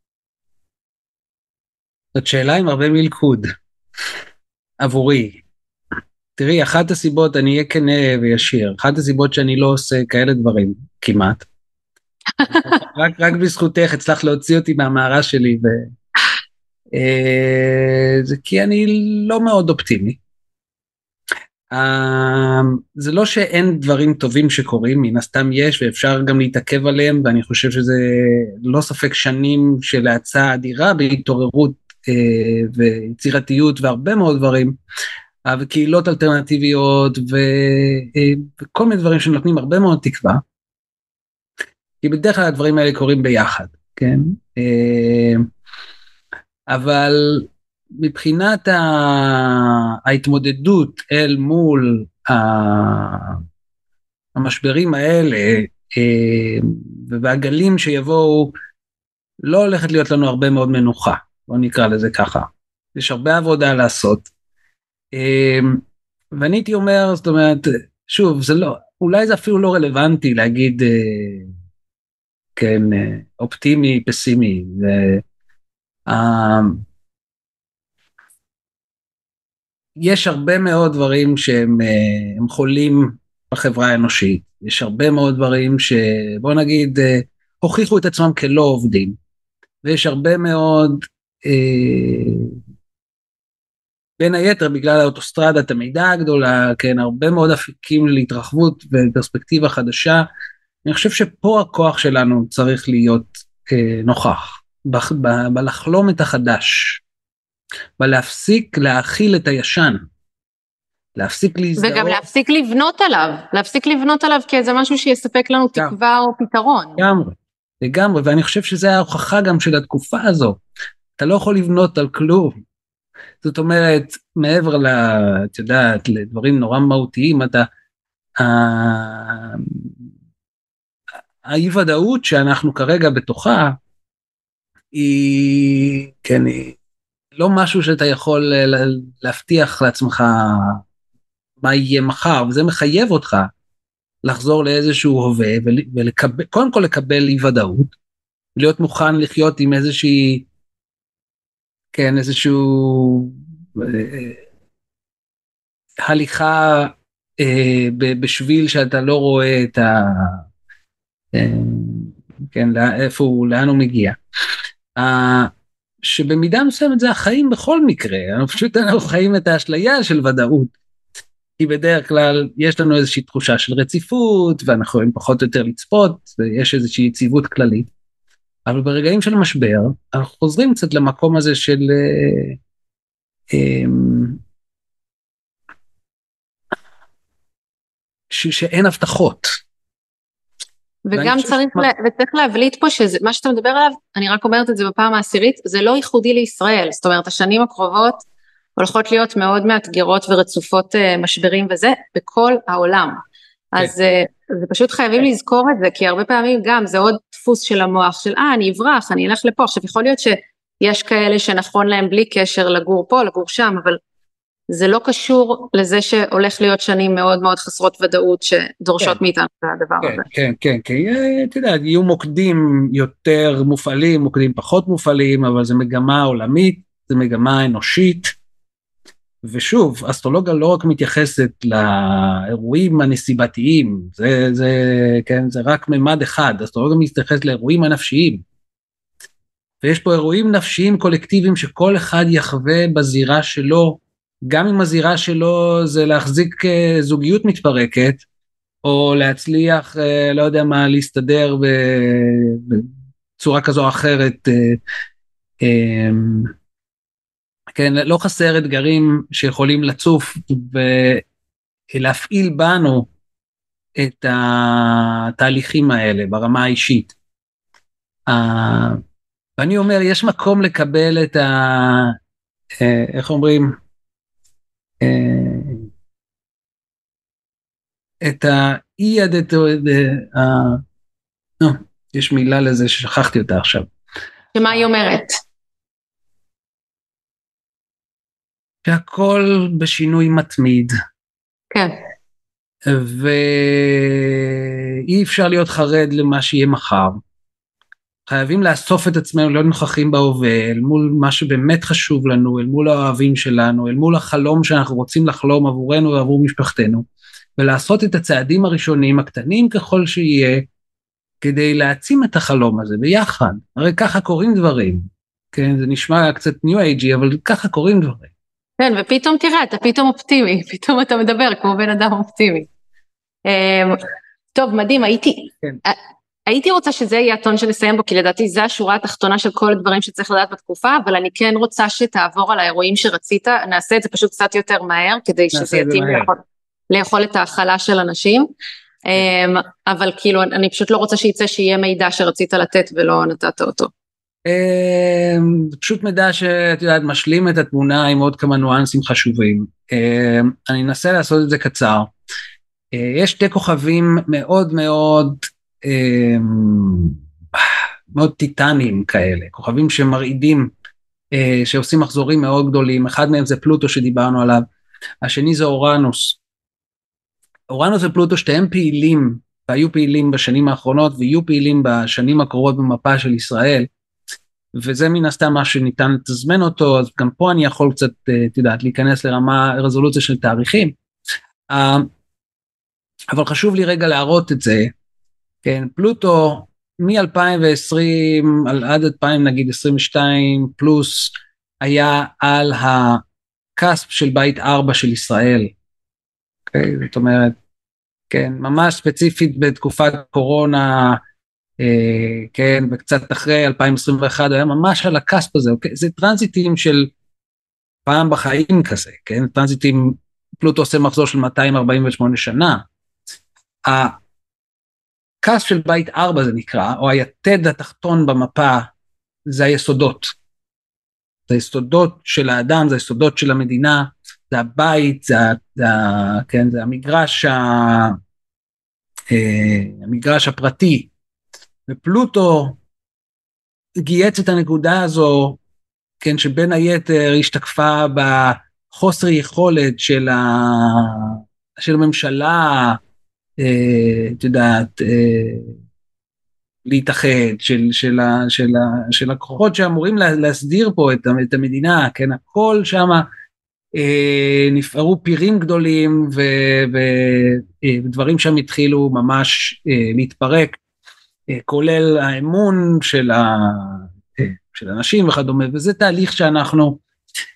זאת שאלה עם הרבה מלכוד, עבורי. תראי, אחת הסיבות, אני אהיה כנה וישיר, אחת הסיבות שאני לא עושה כאלה דברים, כמעט. רק, רק בזכותך הצלחת להוציא אותי מהמערה שלי, ו... זה כי אני לא מאוד אופטימי. זה לא שאין דברים טובים שקורים, מן הסתם יש ואפשר גם להתעכב עליהם, ואני חושב שזה לא ספק שנים של האצה אדירה בהתעוררות ויצירתיות והרבה מאוד דברים, וקהילות אלטרנטיביות וכל מיני דברים שנותנים הרבה מאוד תקווה, כי בדרך כלל הדברים האלה קורים ביחד, כן? אבל מבחינת ההתמודדות אל מול המשברים האלה והגלים שיבואו, לא הולכת להיות לנו הרבה מאוד מנוחה, בוא נקרא לזה ככה. יש הרבה עבודה לעשות. ואני הייתי אומר, זאת אומרת, שוב, זה לא, אולי זה אפילו לא רלוונטי להגיד, כן, אופטימי, פסימי, ו... יש הרבה מאוד דברים שהם הם חולים בחברה האנושית, יש הרבה מאוד דברים שבוא נגיד הוכיחו את עצמם כלא עובדים, ויש הרבה מאוד, בין היתר בגלל האוטוסטרדת המידע הגדולה, כן, הרבה מאוד אפיקים להתרחבות ופרספקטיבה חדשה. אני חושב שפה הכוח שלנו צריך להיות נוכח, בלחלום את החדש, בלהפסיק להאכיל את הישן, להפסיק להזדהות. וגם להפסיק לבנות עליו, להפסיק לבנות עליו כאיזה משהו שיספק לנו גם. תקווה או פתרון. לגמרי, לגמרי, ואני חושב שזה ההוכחה גם של התקופה הזו, אתה לא יכול לבנות על כלום, זאת אומרת, מעבר ל, את יודעת, לדברים נורא מהותיים, אתה, האי ודאות שאנחנו כרגע בתוכה, היא, כן, היא לא משהו שאתה יכול להבטיח לעצמך מה יהיה מחר, וזה מחייב אותך לחזור לאיזשהו הווה, ולקבל, קודם כל לקבל אי ודאות, להיות מוכן לחיות עם איזושהי, כן, איזשהו הליכה בשביל שאתה לא רואה את ה... כן, איפה הוא, לאן הוא מגיע. שבמידה מסוימת זה החיים בכל מקרה, אנחנו פשוט אנחנו חיים את האשליה של ודאות, כי בדרך כלל יש לנו איזושהי תחושה של רציפות, ואנחנו יכולים פחות או יותר לצפות, ויש איזושהי יציבות כללית, אבל ברגעים של משבר, אנחנו חוזרים קצת למקום הזה של, ש, שאין הבטחות. וגם צריך, ש... לה, וצריך להבליט פה שמה שאתה מדבר עליו, אני רק אומרת את זה בפעם העשירית, זה לא ייחודי לישראל, זאת אומרת, השנים הקרובות הולכות להיות מאוד מאתגרות ורצופות משברים וזה, בכל העולם. אז כן. זה פשוט חייבים לזכור את זה, כי הרבה פעמים גם זה עוד דפוס של המוח, של אה, אני אברח, אני אלך לפה, עכשיו יכול להיות שיש כאלה שנכון להם בלי קשר לגור פה, לגור שם, אבל זה לא קשור לזה שהולך להיות שנים מאוד מאוד חסרות ודאות, שדורשות כן. מאיתנו את הדבר כן, הזה. כן, כן, כן, אתה יודע, יהיו מוקדים יותר מופעלים, מוקדים פחות מופעלים, אבל זה מגמה עולמית, זה מגמה אנושית, ושוב, אסטרולוגיה לא רק מתייחסת לאירועים הנסיבתיים, זה, זה, כן, זה רק ממד אחד, אסטרולוגיה מתייחסת לאירועים הנפשיים, ויש פה אירועים נפשיים קולקטיביים שכל אחד יחווה בזירה שלו, גם אם הזירה שלו זה להחזיק זוגיות מתפרקת, או להצליח, לא יודע מה, להסתדר בצורה כזו או אחרת, כן, לא חסר אתגרים שיכולים לצוף ולהפעיל בנו את התהליכים האלה ברמה האישית. ואני אומר, יש מקום לקבל את ה... איך אומרים? את האי עד... יש מילה לזה ששכחתי אותה עכשיו. שמה היא אומרת? שהכל בשינוי מתמיד. כן. ואי אפשר להיות חרד למה שיהיה מחר. חייבים לאסוף את עצמנו, להיות נוכחים בהווה, אל מול מה שבאמת חשוב לנו, אל מול האוהבים שלנו, אל מול החלום שאנחנו רוצים לחלום עבורנו ועבור משפחתנו, ולעשות את הצעדים הראשונים, הקטנים ככל שיהיה, כדי להעצים את החלום הזה ביחד. הרי ככה קורים דברים. כן, זה נשמע קצת ניו אייג'י, אבל ככה קורים דברים. כן, ופתאום תראה, אתה פתאום אופטימי, פתאום אתה מדבר כמו בן אדם אופטימי. טוב, מדהים, הייתי, כן. הייתי רוצה שזה יהיה הטון שנסיים בו, כי לדעתי זה השורה התחתונה של כל הדברים שצריך לדעת בתקופה, אבל אני כן רוצה שתעבור על האירועים שרצית, נעשה את זה פשוט קצת יותר מהר, כדי שזה יתאים לאכול, לאכול את האכלה של אנשים, כן. אבל כאילו אני פשוט לא רוצה שיצא שיהיה מידע שרצית לתת ולא נתת אותו. זה פשוט מידע שאת יודעת, משלים את התמונה עם עוד כמה ניואנסים חשובים. אני אנסה לעשות את זה קצר. יש שתי כוכבים מאוד מאוד, מאוד טיטניים כאלה, כוכבים שמרעידים, שעושים מחזורים מאוד גדולים. אחד מהם זה פלוטו שדיברנו עליו, השני זה אורנוס. אורנוס ופלוטו שתיהם פעילים, והיו פעילים בשנים האחרונות, ויהיו פעילים בשנים הקרובות במפה של ישראל, וזה מן הסתם מה שניתן לתזמן אותו, אז גם פה אני יכול קצת, תדעת, להיכנס לרמה, רזולוציה של תאריכים, אבל חשוב לי רגע להראות את זה, כן, פלוטו מ-אלפיים ועשרים עד אלפיים נגיד עשרים ושתיים פלוס, היה על הקספ של בית ארבע של ישראל, אוקיי, זאת אומרת, כן, ממש ספציפית בתקופת קורונה, כן, וקצת אחרי אלפיים עשרים ואחת, היה ממש על הקספ הזה, אוקיי? זה טרנזיטים של פעם בחיים כזה, כן? טרנזיטים, פלוטו עושה מחזור של מאתיים ארבעים ושמונה שנה. הקספ של בית ארבע זה נקרא, או היתד התחתון במפה, זה היסודות. זה היסודות של האדם, זה היסודות של המדינה, זה הבית, זה, זה, כן, זה המגרש, ה, המגרש הפרטי, ופלוטו גייץ את הנקודה הזו, כן, שבין היתר השתקפה בחוסר יכולת של, ה... של הממשלה, אה, את יודעת, אה, להתאחד, של, של, ה... של, ה... של הכוחות שאמורים לה... להסדיר פה את, את המדינה, כן, הכל שמה, אה, נפערו פירים גדולים, ו... ו... ודברים שם התחילו ממש אה, להתפרק, כולל האמון של, ה... של אנשים וכדומה, וזה תהליך שאנחנו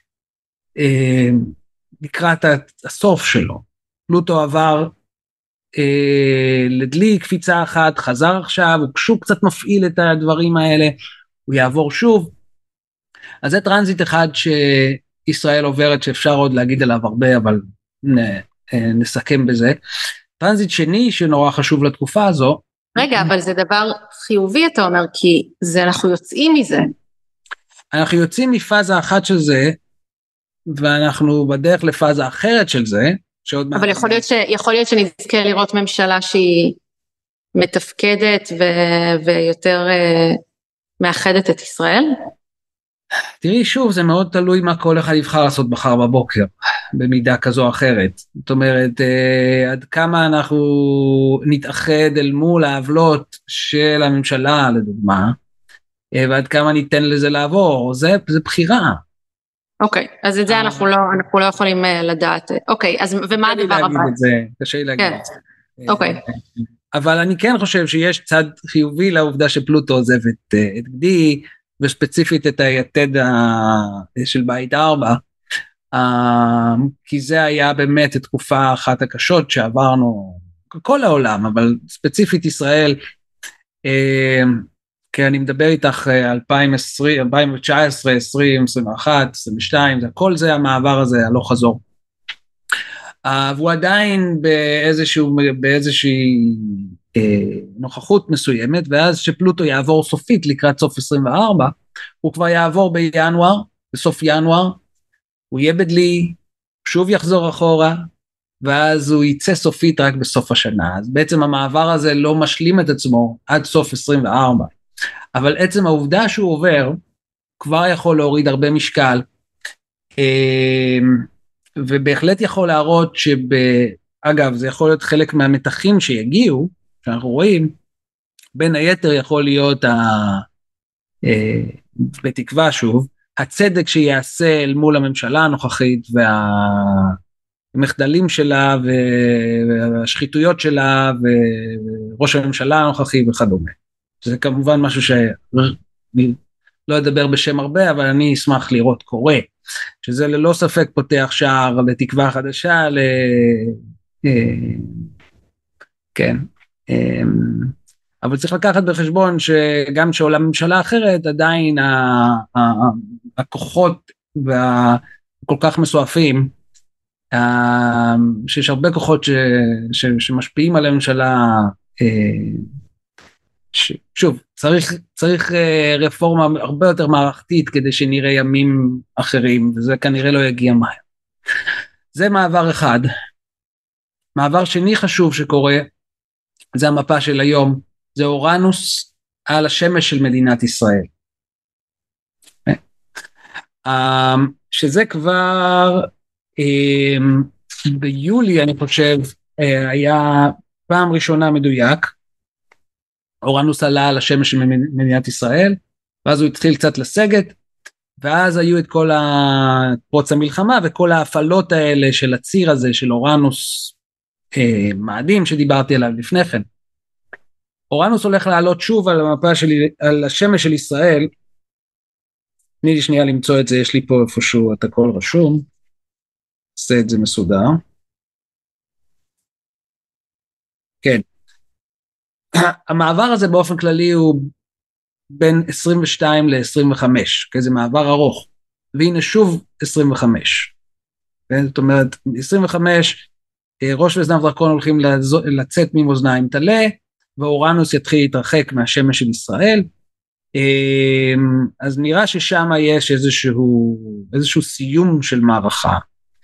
אה, לקראת הסוף שלו. פלוטו עבר אה, לדלי קפיצה אחת, חזר עכשיו, הוא שוב קצת מפעיל את הדברים האלה, הוא יעבור שוב. אז זה טרנזיט אחד שישראל עוברת, שאפשר עוד להגיד עליו הרבה, אבל נ, נסכם בזה. טרנזיט שני שנורא חשוב לתקופה הזו. רגע, אבל זה דבר חיובי אתה אומר, כי זה אנחנו יוצאים מזה. אנחנו יוצאים מפאזה אחת של זה, ואנחנו בדרך לפאזה אחרת של זה, אבל יכול להיות, ש, יכול להיות שנזכה לראות ממשלה שהיא מתפקדת ו- ויותר uh, מאחדת את ישראל? תראי שוב, זה מאוד תלוי מה כל אחד יבחר לעשות מחר בבוקר, במידה כזו או אחרת. זאת אומרת, uh, עד כמה אנחנו נתאחד אל מול העוולות של הממשלה, לדוגמה, uh, ועד כמה ניתן לזה לעבור, זה, זה בחירה. אוקיי, אז את זה אנחנו לא, אנחנו לא יכולים לדעת. אוקיי, אז ומה הדבר הבא? קשה לי להגיד את זה. אוקיי. אבל אני כן חושב שיש צד חיובי לעובדה שפלוטו עוזב את, את גדי, וספציפית את היתד של בית ארבע, כי זה היה באמת תקופה אחת הקשות שעברנו, כל העולם, אבל ספציפית ישראל, כי אני מדבר איתך אלפיים ועשרים, אלפיים תשע עשרה, עשרים, עשרים ואחת, עשרים ושתיים, כל זה המעבר הזה, הלוך חזור. והוא עדיין באיזשהו, באיזושהי אה, נוכחות מסוימת, ואז שפלוטו יעבור סופית לקראת סוף עשרים וארבע, הוא כבר יעבור בינואר, בסוף ינואר, הוא יהיה בדלי, שוב יחזור אחורה, ואז הוא יצא סופית רק בסוף השנה. אז בעצם המעבר הזה לא משלים את עצמו עד סוף עשרים וארבע. אבל עצם העובדה שהוא עובר, כבר יכול להוריד הרבה משקל, ובהחלט יכול להראות שאגב, זה יכול להיות חלק מהמתחים שיגיעו, שאנחנו רואים, בין היתר יכול להיות, ה, בתקווה שוב, הצדק שיעשה אל מול הממשלה הנוכחית, והמחדלים שלה, והשחיתויות שלה, וראש הממשלה הנוכחי וכדומה. זה כמובן משהו שאני לא אדבר בשם הרבה, אבל אני אשמח לראות קורה, שזה ללא ספק פותח שער לתקווה חדשה, ל... כן, אבל צריך לקחת בחשבון שגם שעולה ממשלה אחרת, עדיין הכוחות כל כך מסועפים, שיש הרבה כוחות שמשפיעים על הממשלה, שוב, צריך, צריך רפורמה הרבה יותר מערכתית כדי שנראה ימים אחרים, וזה כנראה לא יגיע מהר. זה מעבר אחד. מעבר שני חשוב שקורה, זה המפה של היום, זה אורנוס על השמש של מדינת ישראל. שזה כבר ביולי, אני חושב, היה פעם ראשונה מדויק, אורנוס עלה על השמש של מדינת ישראל, ואז הוא התחיל קצת לסגת, ואז היו את כל פרוץ המלחמה, וכל ההפעלות האלה של הציר הזה, של אורנוס אה, מאדים, שדיברתי עליו לפני כן. אורנוס הולך לעלות שוב על המפה של, על השמש של ישראל, תני לי שנייה למצוא את זה, יש לי פה איפשהו את הכל רשום, עושה את זה מסודר. כן. המעבר הזה באופן כללי הוא בין עשרים ושתיים ל-עשרים וחמש, כי זה מעבר ארוך, והנה שוב עשרים וחמש. זאת אומרת, עשרים וחמש, ראש וזנב דרקון הולכים לצאת ממאזניים תלה, ואורנוס יתחיל להתרחק מהשמש של ישראל, אז נראה ששם יש איזשהו, איזשהו סיום של מערכה.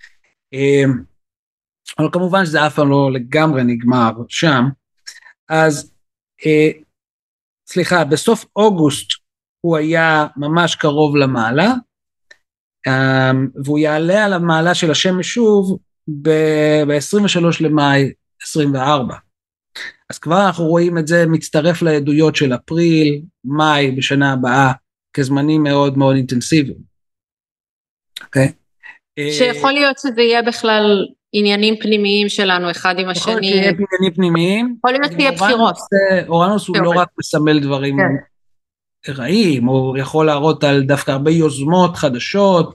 אבל כמובן שזה אף פעם לא לגמרי נגמר שם, אז Uh, סליחה, בסוף אוגוסט הוא היה ממש קרוב למעלה, um, והוא יעלה על המעלה של השמש שוב ב-עשרים ושלושה למאי עשרים וארבע. אז כבר אנחנו רואים את זה מצטרף לעדויות של אפריל, מאי בשנה הבאה, כזמנים מאוד מאוד אינטנסיביים. אוקיי? Okay? שיכול להיות שזה יהיה בכלל עניינים פנימיים שלנו אחד עם השני. יכול להיות שיהיה עניינים פנימיים. יכול להיות שיהיה בחירות. אורנוס הוא לא רק מסמל דברים רעים, הוא יכול להראות על דווקא הרבה יוזמות חדשות,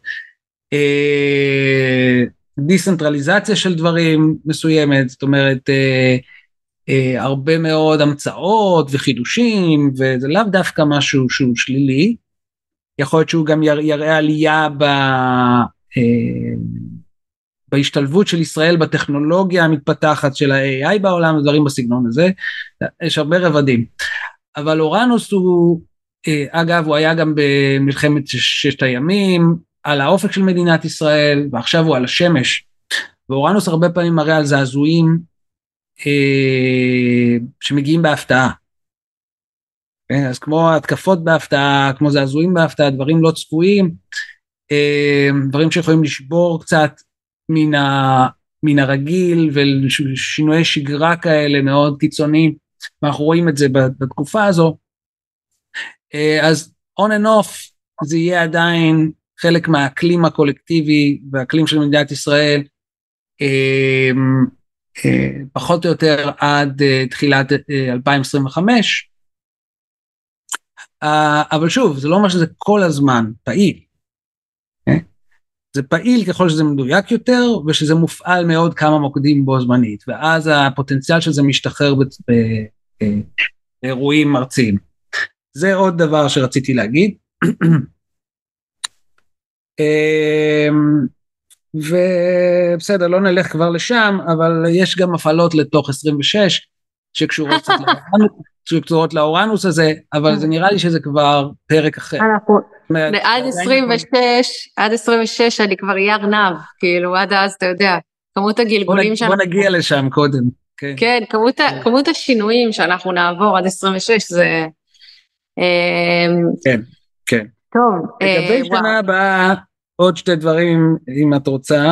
דיסנטרליזציה של דברים מסוימת, זאת אומרת, אה, הרבה מאוד המצאות וחידושים, וזה לאו דווקא משהו שהוא שלילי, יכול להיות שהוא גם יראה עלייה ב... אה, בהשתלבות של ישראל בטכנולוגיה המתפתחת של ה-איי איי בעולם, ודברים בסגנון הזה, יש הרבה רבדים. אבל אורנוס הוא, אגב, הוא היה גם במלחמת ששת הימים, על האופק של מדינת ישראל, ועכשיו הוא על השמש, ואורנוס הרבה פעמים מראה על זעזועים, אה, שמגיעים בהפתעה. אז כמו התקפות בהפתעה, כמו זעזועים בהפתעה, דברים לא צפויים, אה, דברים שיכולים לשבור קצת, מן, ה, מן הרגיל ושינויי שגרה כאלה מאוד קיצוניים, ואנחנו רואים את זה בתקופה הזו, אז on and off זה יהיה עדיין חלק מהאקלים הקולקטיבי והאקלים של מדינת ישראל, פחות או יותר עד תחילת אלפיים עשרים וחמש, אבל שוב, זה לא אומר שזה כל הזמן פעיל, זה פעיל ככל שזה מדויק יותר, ושזה מופעל מאוד כמה מוקדים בו זמנית, ואז הפוטנציאל של זה משתחרר באירועים ארציים. זה עוד דבר שרציתי להגיד. ובסדר, לא נלך כבר לשם, אבל יש גם הפעלות לתוך עשרים ושש, שקשורות שקשורות לאורנוס הזה, אבל זה נראה לי שזה כבר פרק אחר. עד עשרים ושש, עד עשרים ושש אני כבר אהיה ארנב, כאילו עד אז אתה יודע, כמות הגלגולים שאנחנו... בוא נגיע לשם קודם. כן, כמות השינויים שאנחנו נעבור עד עשרים ושש זה... כן, כן. טוב. לגבי שנה הבאה, עוד שתי דברים אם את רוצה.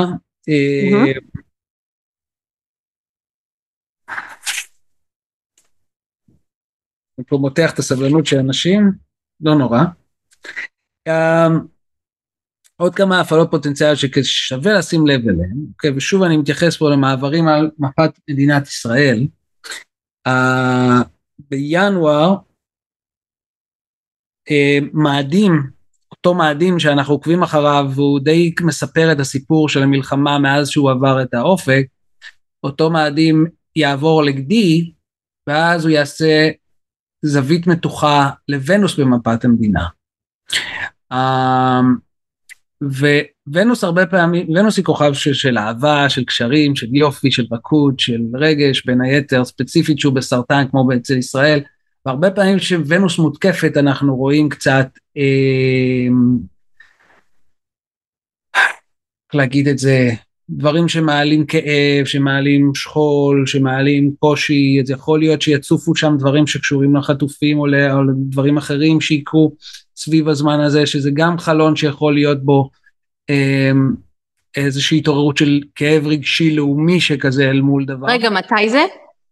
אני פה מותח את הסבלנות של אנשים, לא נורא. עוד כמה הפעלות פוטנציאליות ששווה לשים לב אליהן, ושוב אני מתייחס פה למעברים על מפת מדינת ישראל. בינואר, מאדים, אותו מאדים שאנחנו עוקבים אחריו, והוא די מספר את הסיפור של המלחמה מאז שהוא עבר את האופק, אותו מאדים יעבור לגדי, ואז הוא יעשה זווית מתוחה לוונוס במפת המדינה. וונוס הרבה פעמים, ונוס היא כוכב של, של אהבה, של קשרים, של יופי, של רכות, של רגש, בין היתר, ספציפית שהוא בסרטן כמו אצל ישראל, והרבה פעמים שוונוס מותקפת אנחנו רואים קצת, אה, איך להגיד את זה, דברים שמעלים כאב, שמעלים שכול, שמעלים קושי, זה יכול להיות שיצופו שם דברים שקשורים לחטופים או לדברים אחרים שיקרו סביב הזמן הזה, שזה גם חלון שיכול להיות בו אה, איזושהי התעוררות של כאב רגשי לאומי שכזה אל מול דבר. רגע, מתי זה?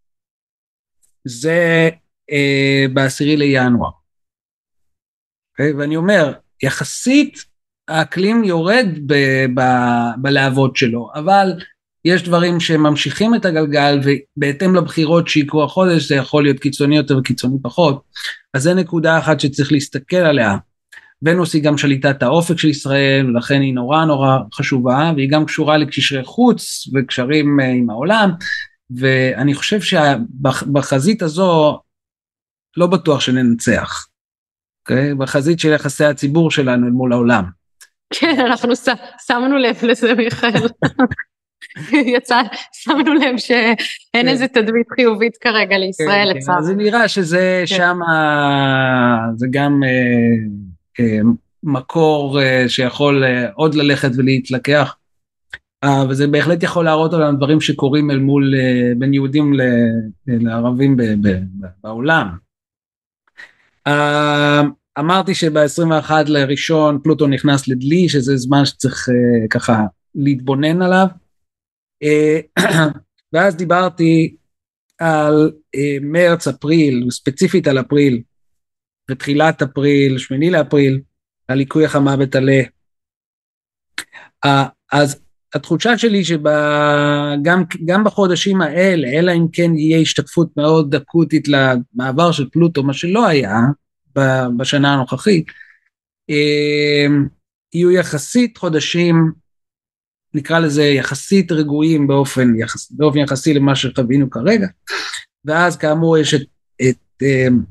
זה אה, בעשירי לינואר. Okay, ואני אומר, יחסית, האקלים יורד ב- ב- בלהבות שלו, אבל יש דברים שממשיכים את הגלגל, ובהתאם לבחירות שיקרו החודש, זה יכול להיות קיצוני יותר וקיצוני פחות, אז זה נקודה אחת שצריך להסתכל עליה. ונוס היא גם שליטת האופק של ישראל, ולכן היא נורא נורא חשובה, והיא גם קשורה לקשרי חוץ, וקשרים עם העולם, ואני חושב שבחזית הזו, לא בטוח שננצח, okay? בחזית של יחסי הציבור שלנו מול העולם. כן, אנחנו שמנו לב לזה, מיכאל. יצא, שמנו לב שאין איזה תדמית חיובית כרגע לישראל. אז זה נראה שזה שם, זה גם מקור שיכול עוד ללכת ולהתלקח, וזה בהחלט יכול להראות על הדברים שקורים אל מול, בין יהודים לערבים בעולם. אמרתי שב-עשרים ואחד לראשון פלוטו נכנס לדלי, שזה זמן שצריך uh, ככה להתבונן עליו, uh, ואז דיברתי על uh, מרץ, אפריל, ספציפית על אפריל, ותחילת אפריל, שמיני לאפריל, על ליקוי החמה עלה. Uh, אז התחושה שלי שגם גם בחודשים האלה, אלא אם כן יהיה השתקפות מאוד אקוטית למעבר של פלוטו, מה שלא היה, בשנה הנוכחית, יהיו יחסית חודשים, נקרא לזה יחסית רגועים באופן יחסי, באופן יחסי למה שחווינו כרגע, ואז כאמור יש את, את,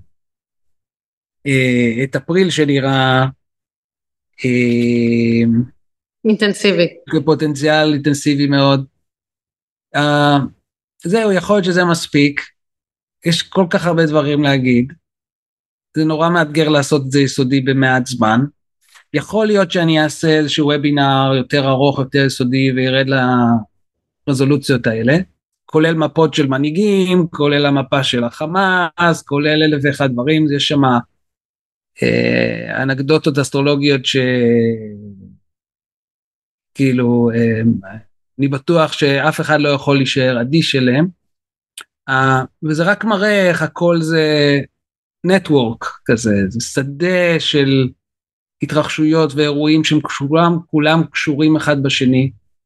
את אפריל שנראה אינטנסיבי. פוטנציאל אינטנסיבי מאוד. זהו, יכול להיות שזה מספיק, יש כל כך הרבה דברים להגיד, זה נורא מאתגר לעשות את זה יסודי במעט זמן, יכול להיות שאני אעשה איזשהו וובינר יותר ארוך, יותר יסודי, וירד לרזולוציות האלה, כולל מפות של מנהיגים, כולל המפה של החמאס, כולל אלף ואחד דברים, יש שם אה, אנקדוטות אסטרולוגיות שכאילו, אה, אני בטוח שאף אחד לא יכול להישאר אדיש אליהם, אה, וזה רק מראה איך הכל זה נטוורק כזה, זה שדה של התרחשויות ואירועים שהם כולם, כולם קשורים אחד בשני.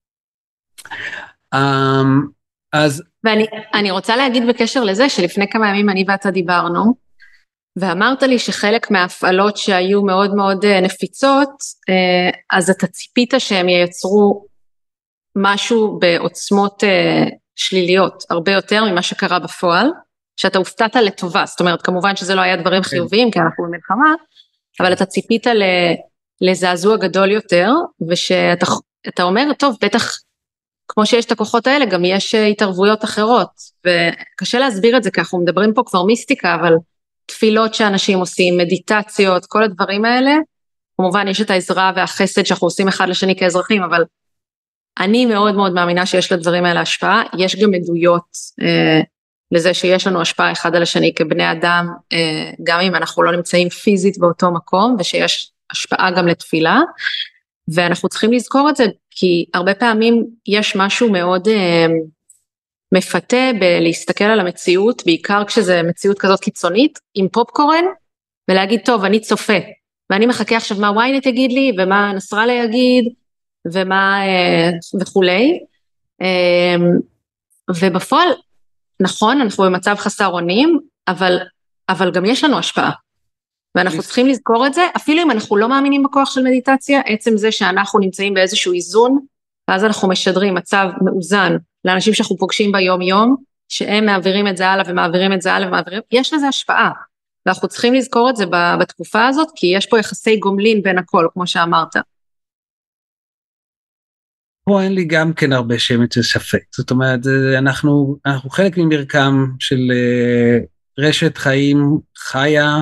אז... ואני אני רוצה להגיד בקשר לזה, שלפני כמה ימים אני ואתה דיברנו, ואמרת לי שחלק מההפעלות שהיו מאוד מאוד נפיצות, אז אתה ציפית שהם ייצרו משהו בעוצמות שליליות, הרבה יותר ממה שקרה בפועל, שאתה הופתעת לטובה, זאת אומרת, כמובן שזה לא היה דברים חיוביים, כי אנחנו במלחמה, אבל אתה ציפית לזעזוע גדול יותר, ושאתה אומר, טוב, בטח, כמו שיש את הכוחות האלה, גם יש התערבויות אחרות, וקשה להסביר את זה, כי אנחנו מדברים פה כבר מיסטיקה, אבל תפילות שאנשים עושים, מדיטציות, כל הדברים האלה, כמובן יש את העזרה והחסד שאנחנו עושים אחד לשני כאזרחים, אבל אני מאוד מאוד מאמינה שיש לדברים האלה השפעה, יש גם עדויות אה, לזה שיש לנו השפעה אחד על השני כבני אדם, אה, גם אם אנחנו לא נמצאים פיזית באותו מקום, ושיש השפעה גם לתפילה, ואנחנו צריכים לזכור את זה, כי הרבה פעמים יש משהו מאוד אה, מפתה בלהסתכל על המציאות, בעיקר כשזה מציאות כזאת קיצונית, עם פופקורן, ולהגיד, טוב, אני צופה, ואני מחכה עכשיו מה וויינט יגיד לי, ומה נסראללה יגיד, ומה וכולי, ובפועל, נכון, אנחנו במצב חסר אונים, אבל, אבל גם יש לנו השפעה, ואנחנו צריכים לזכור את זה, אפילו אם אנחנו לא מאמינים בכוח של מדיטציה, עצם זה שאנחנו נמצאים באיזשהו איזון, ואז אנחנו משדרים מצב מאוזן, לאנשים שאנחנו פוגשים ביום יום, שהם מעבירים את זה הלאה, ומעבירים את זה הלאה, ומעבירים, יש לזה השפעה, ואנחנו צריכים לזכור את זה בתקופה הזאת, כי יש פה יחסי גומלין בין הכל, כמו שאמרת. פה אין לי גם כן הרבה שמץ של ספק, זאת אומרת, אנחנו, אנחנו חלק ממרקם של uh, רשת חיים חיה,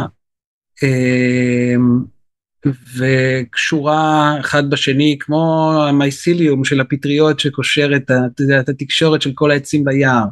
uh, וקשורה אחד בשני, כמו המייסיליום של הפטריות שקושר את, את התקשורת של כל העצים ביער.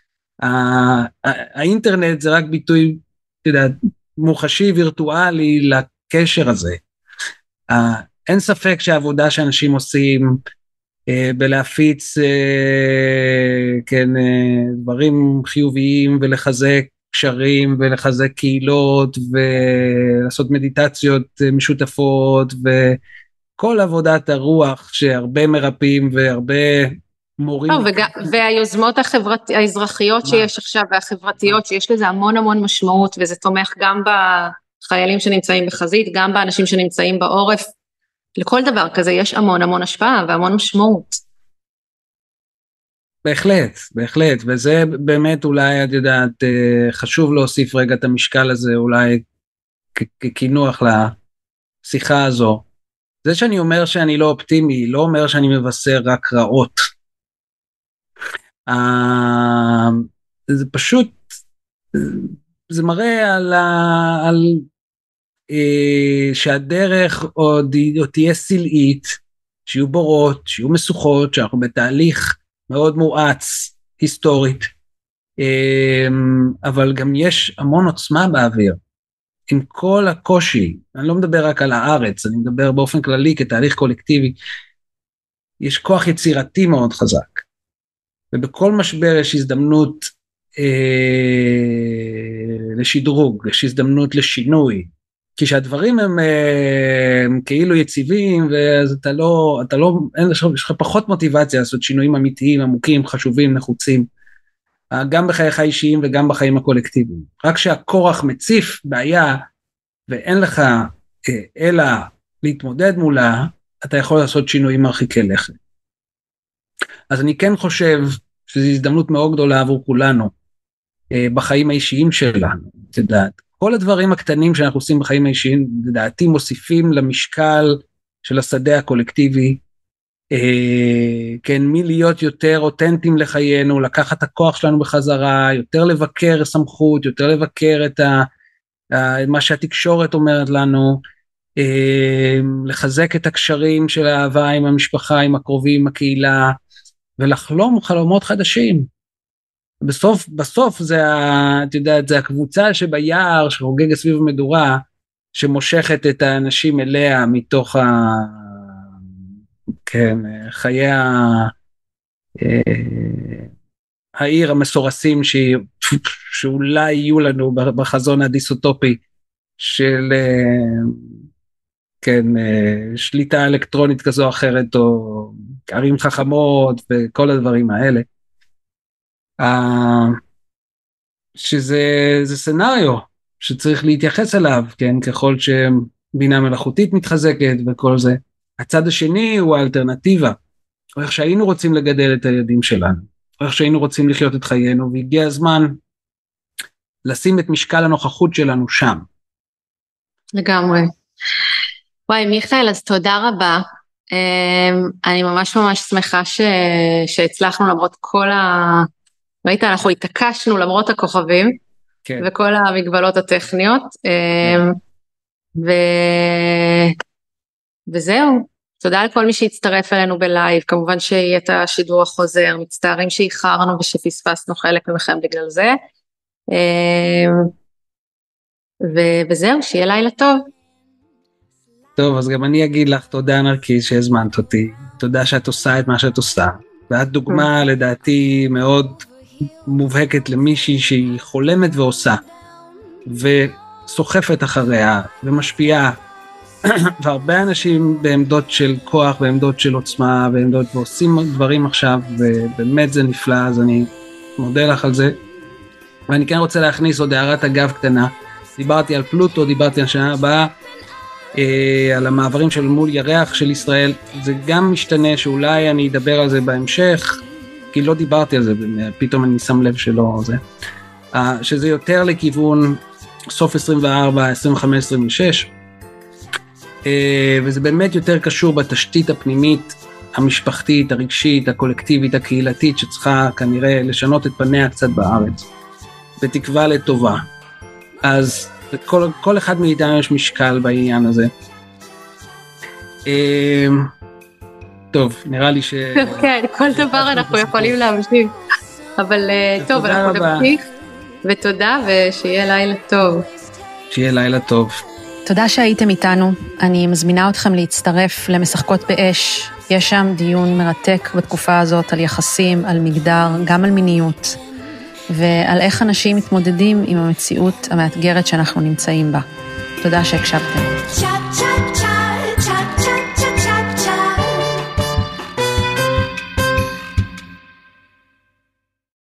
האינטרנט זה רק ביטוי, תדעת, מוחשי וירטואלי לקשר הזה. Uh, אין ספק שהעבודה שאנשים עושים, בלהפיץ כן, דברים חיוביים ולחזק קשרים ולחזק קהילות ולעשות מדיטציות משותפות וכל עבודת הרוח שהרבה מרפאים והרבה מורים. והיוזמות החברת, האזרחיות שיש עכשיו והחברתיות שיש לזה המון המון משמעות, וזה תומך גם בחיילים שנמצאים בחזית, גם באנשים שנמצאים בעורף, לכל דבר כזה יש המון המון השפעה והמון משמעות. בהחלט, בהחלט, וזה באמת אולי, את יודעת, חשוב להוסיף רגע את המשקל הזה, אולי ככינוח לשיחה הזו. זה שאני אומר שאני לא אופטימי, לא אומר שאני מבשר רק רעות. זה פשוט, זה מראה על ה... על שהדרך עוד, עוד תהיה סלעית, שיהיו בורות, שיהיו משוכות, שאנחנו בתהליך מאוד מואץ, היסטורית, אבל גם יש המון עוצמה באוויר, עם כל הקושי, אני לא מדבר רק על הארץ, אני מדבר באופן כללי כתהליך קולקטיבי, יש כוח יצירתי מאוד חזק, ובכל משבר יש הזדמנות אה, לשדרוג, יש הזדמנות לשינוי, כי שהדברים הם, הם כאילו יציבים, ואז אתה לא, אתה לא, אין, יש לך פחות מוטיבציה לעשות שינויים אמיתיים, עמוקים, חשובים, נחוצים, גם בחייך האישיים וגם בחיים הקולקטיביים. רק שהכורח מציף בעיה, ואין לך אלא להתמודד מולה, אתה יכול לעשות שינויים מרחיקי לכת. אז אני כן חושב שזו הזדמנות מאוד גדולה עבור כולנו, בחיים האישיים שלנו, את יודעת. כל הדברים הקטנים שאנחנו עושים בחיים האישיים, לדעתי מוסיפים למשקל של השדה הקולקטיבי, כן, מי להיות יותר אותנטיים לחיינו, לקחת את הכוח שלנו בחזרה, יותר לבקר סמכות, יותר לבקר את ה, מה שהתקשורת אומרת לנו, לחזק את הקשרים של האהבה עם המשפחה, עם הקרובים, עם הקהילה, ולחלום חלומות חדשים. בסוף, בסוף זה, את יודעת, זה הקבוצה שביער, שחוגגת סביב המדורה, שמושכת את האנשים אליה מתוך ה... כן, חיי ה... העיר המסורסים ש... שאולי יהיו לנו בחזון הדיסוטופי של כן, שליטה אלקטרונית כזו או אחרת, או ערים חכמות וכל הדברים האלה. שזה זה סנריו שצריך להתייחס אליו, כן, ככל שבינה מלאכותית מתחזקת וכל זה. הצד השני הוא האלטרנטיבה, או איך שהיינו רוצים לגדל את הילדים שלנו, או איך שהיינו רוצים לחיות את חיינו, והגיע הזמן לשים את משקל הנוכחות שלנו שם. לגמרי. וואי מיכאל, אז תודה רבה. אני ממש ממש שמחה ש... שהצלחנו למרות כל ה... ראית, אנחנו התעקשנו למרות הכוכבים, כן. וכל המגבלות הטכניות, כן. ו... וזהו, תודה לכל מי שהצטרף אלינו בלייב, כמובן שיהיה את השידור החוזר, מצטערים שאיחרנו ושפספסנו חלק מכם בגלל זה, ו... וזהו, שיהיה לילה טוב. טוב, אז גם אני אגיד לך תודה נרקיס שהזמנת אותי, תודה שאת עושה את מה שאת עושה, ואת דוגמה לדעתי מאוד מובהקת למישהי שהיא חולמת ועושה, וסוחפת אחריה, ומשפיעה, והרבה אנשים בעמדות של כוח, בעמדות של עוצמה, בעמדות ועושים דברים עכשיו, ובאמת זה נפלא, אז אני מודה לך על זה, ואני כן רוצה להכניס עוד הערת אגב קטנה, דיברתי על פלוטו, דיברתי על שנה הבאה, אה, על המעברים של מול ירח של ישראל, זה גם משתנה שאולי אני אדבר על זה בהמשך, כי לא דיברתי על זה, פתאום אני שם לב שלא זה, אה, שזה יותר לכיוון סוף עשרים וארבע, עשרים וחמש, עשרים ושש, אה, וזה באמת יותר קשור בתשתית הפנימית, המשפחתית, הרגשית, הקולקטיבית, הקהילתית, שצריכה כנראה לשנות את פניה קצת בארץ, בתקווה לטובה. אז כל, כל אחד מאיתנו יש משקל בעניין הזה. אה, טוב, נראה לי ש... כן, כל דבר אנחנו יכולים להמשיך. אבל טוב, אנחנו נמשיך, ותודה, ושיהיה לילה טוב. שיהיה לילה טוב. תודה שהייתם איתנו. אני מזמינה אתכם להצטרף למשחקות באש. יש שם דיון מרתק בתקופה הזאת על יחסים, על מגדר, גם על מיניות, ועל איך אנשים מתמודדים עם המציאות המאתגרת שאנחנו נמצאים בה. תודה שהקשבתם.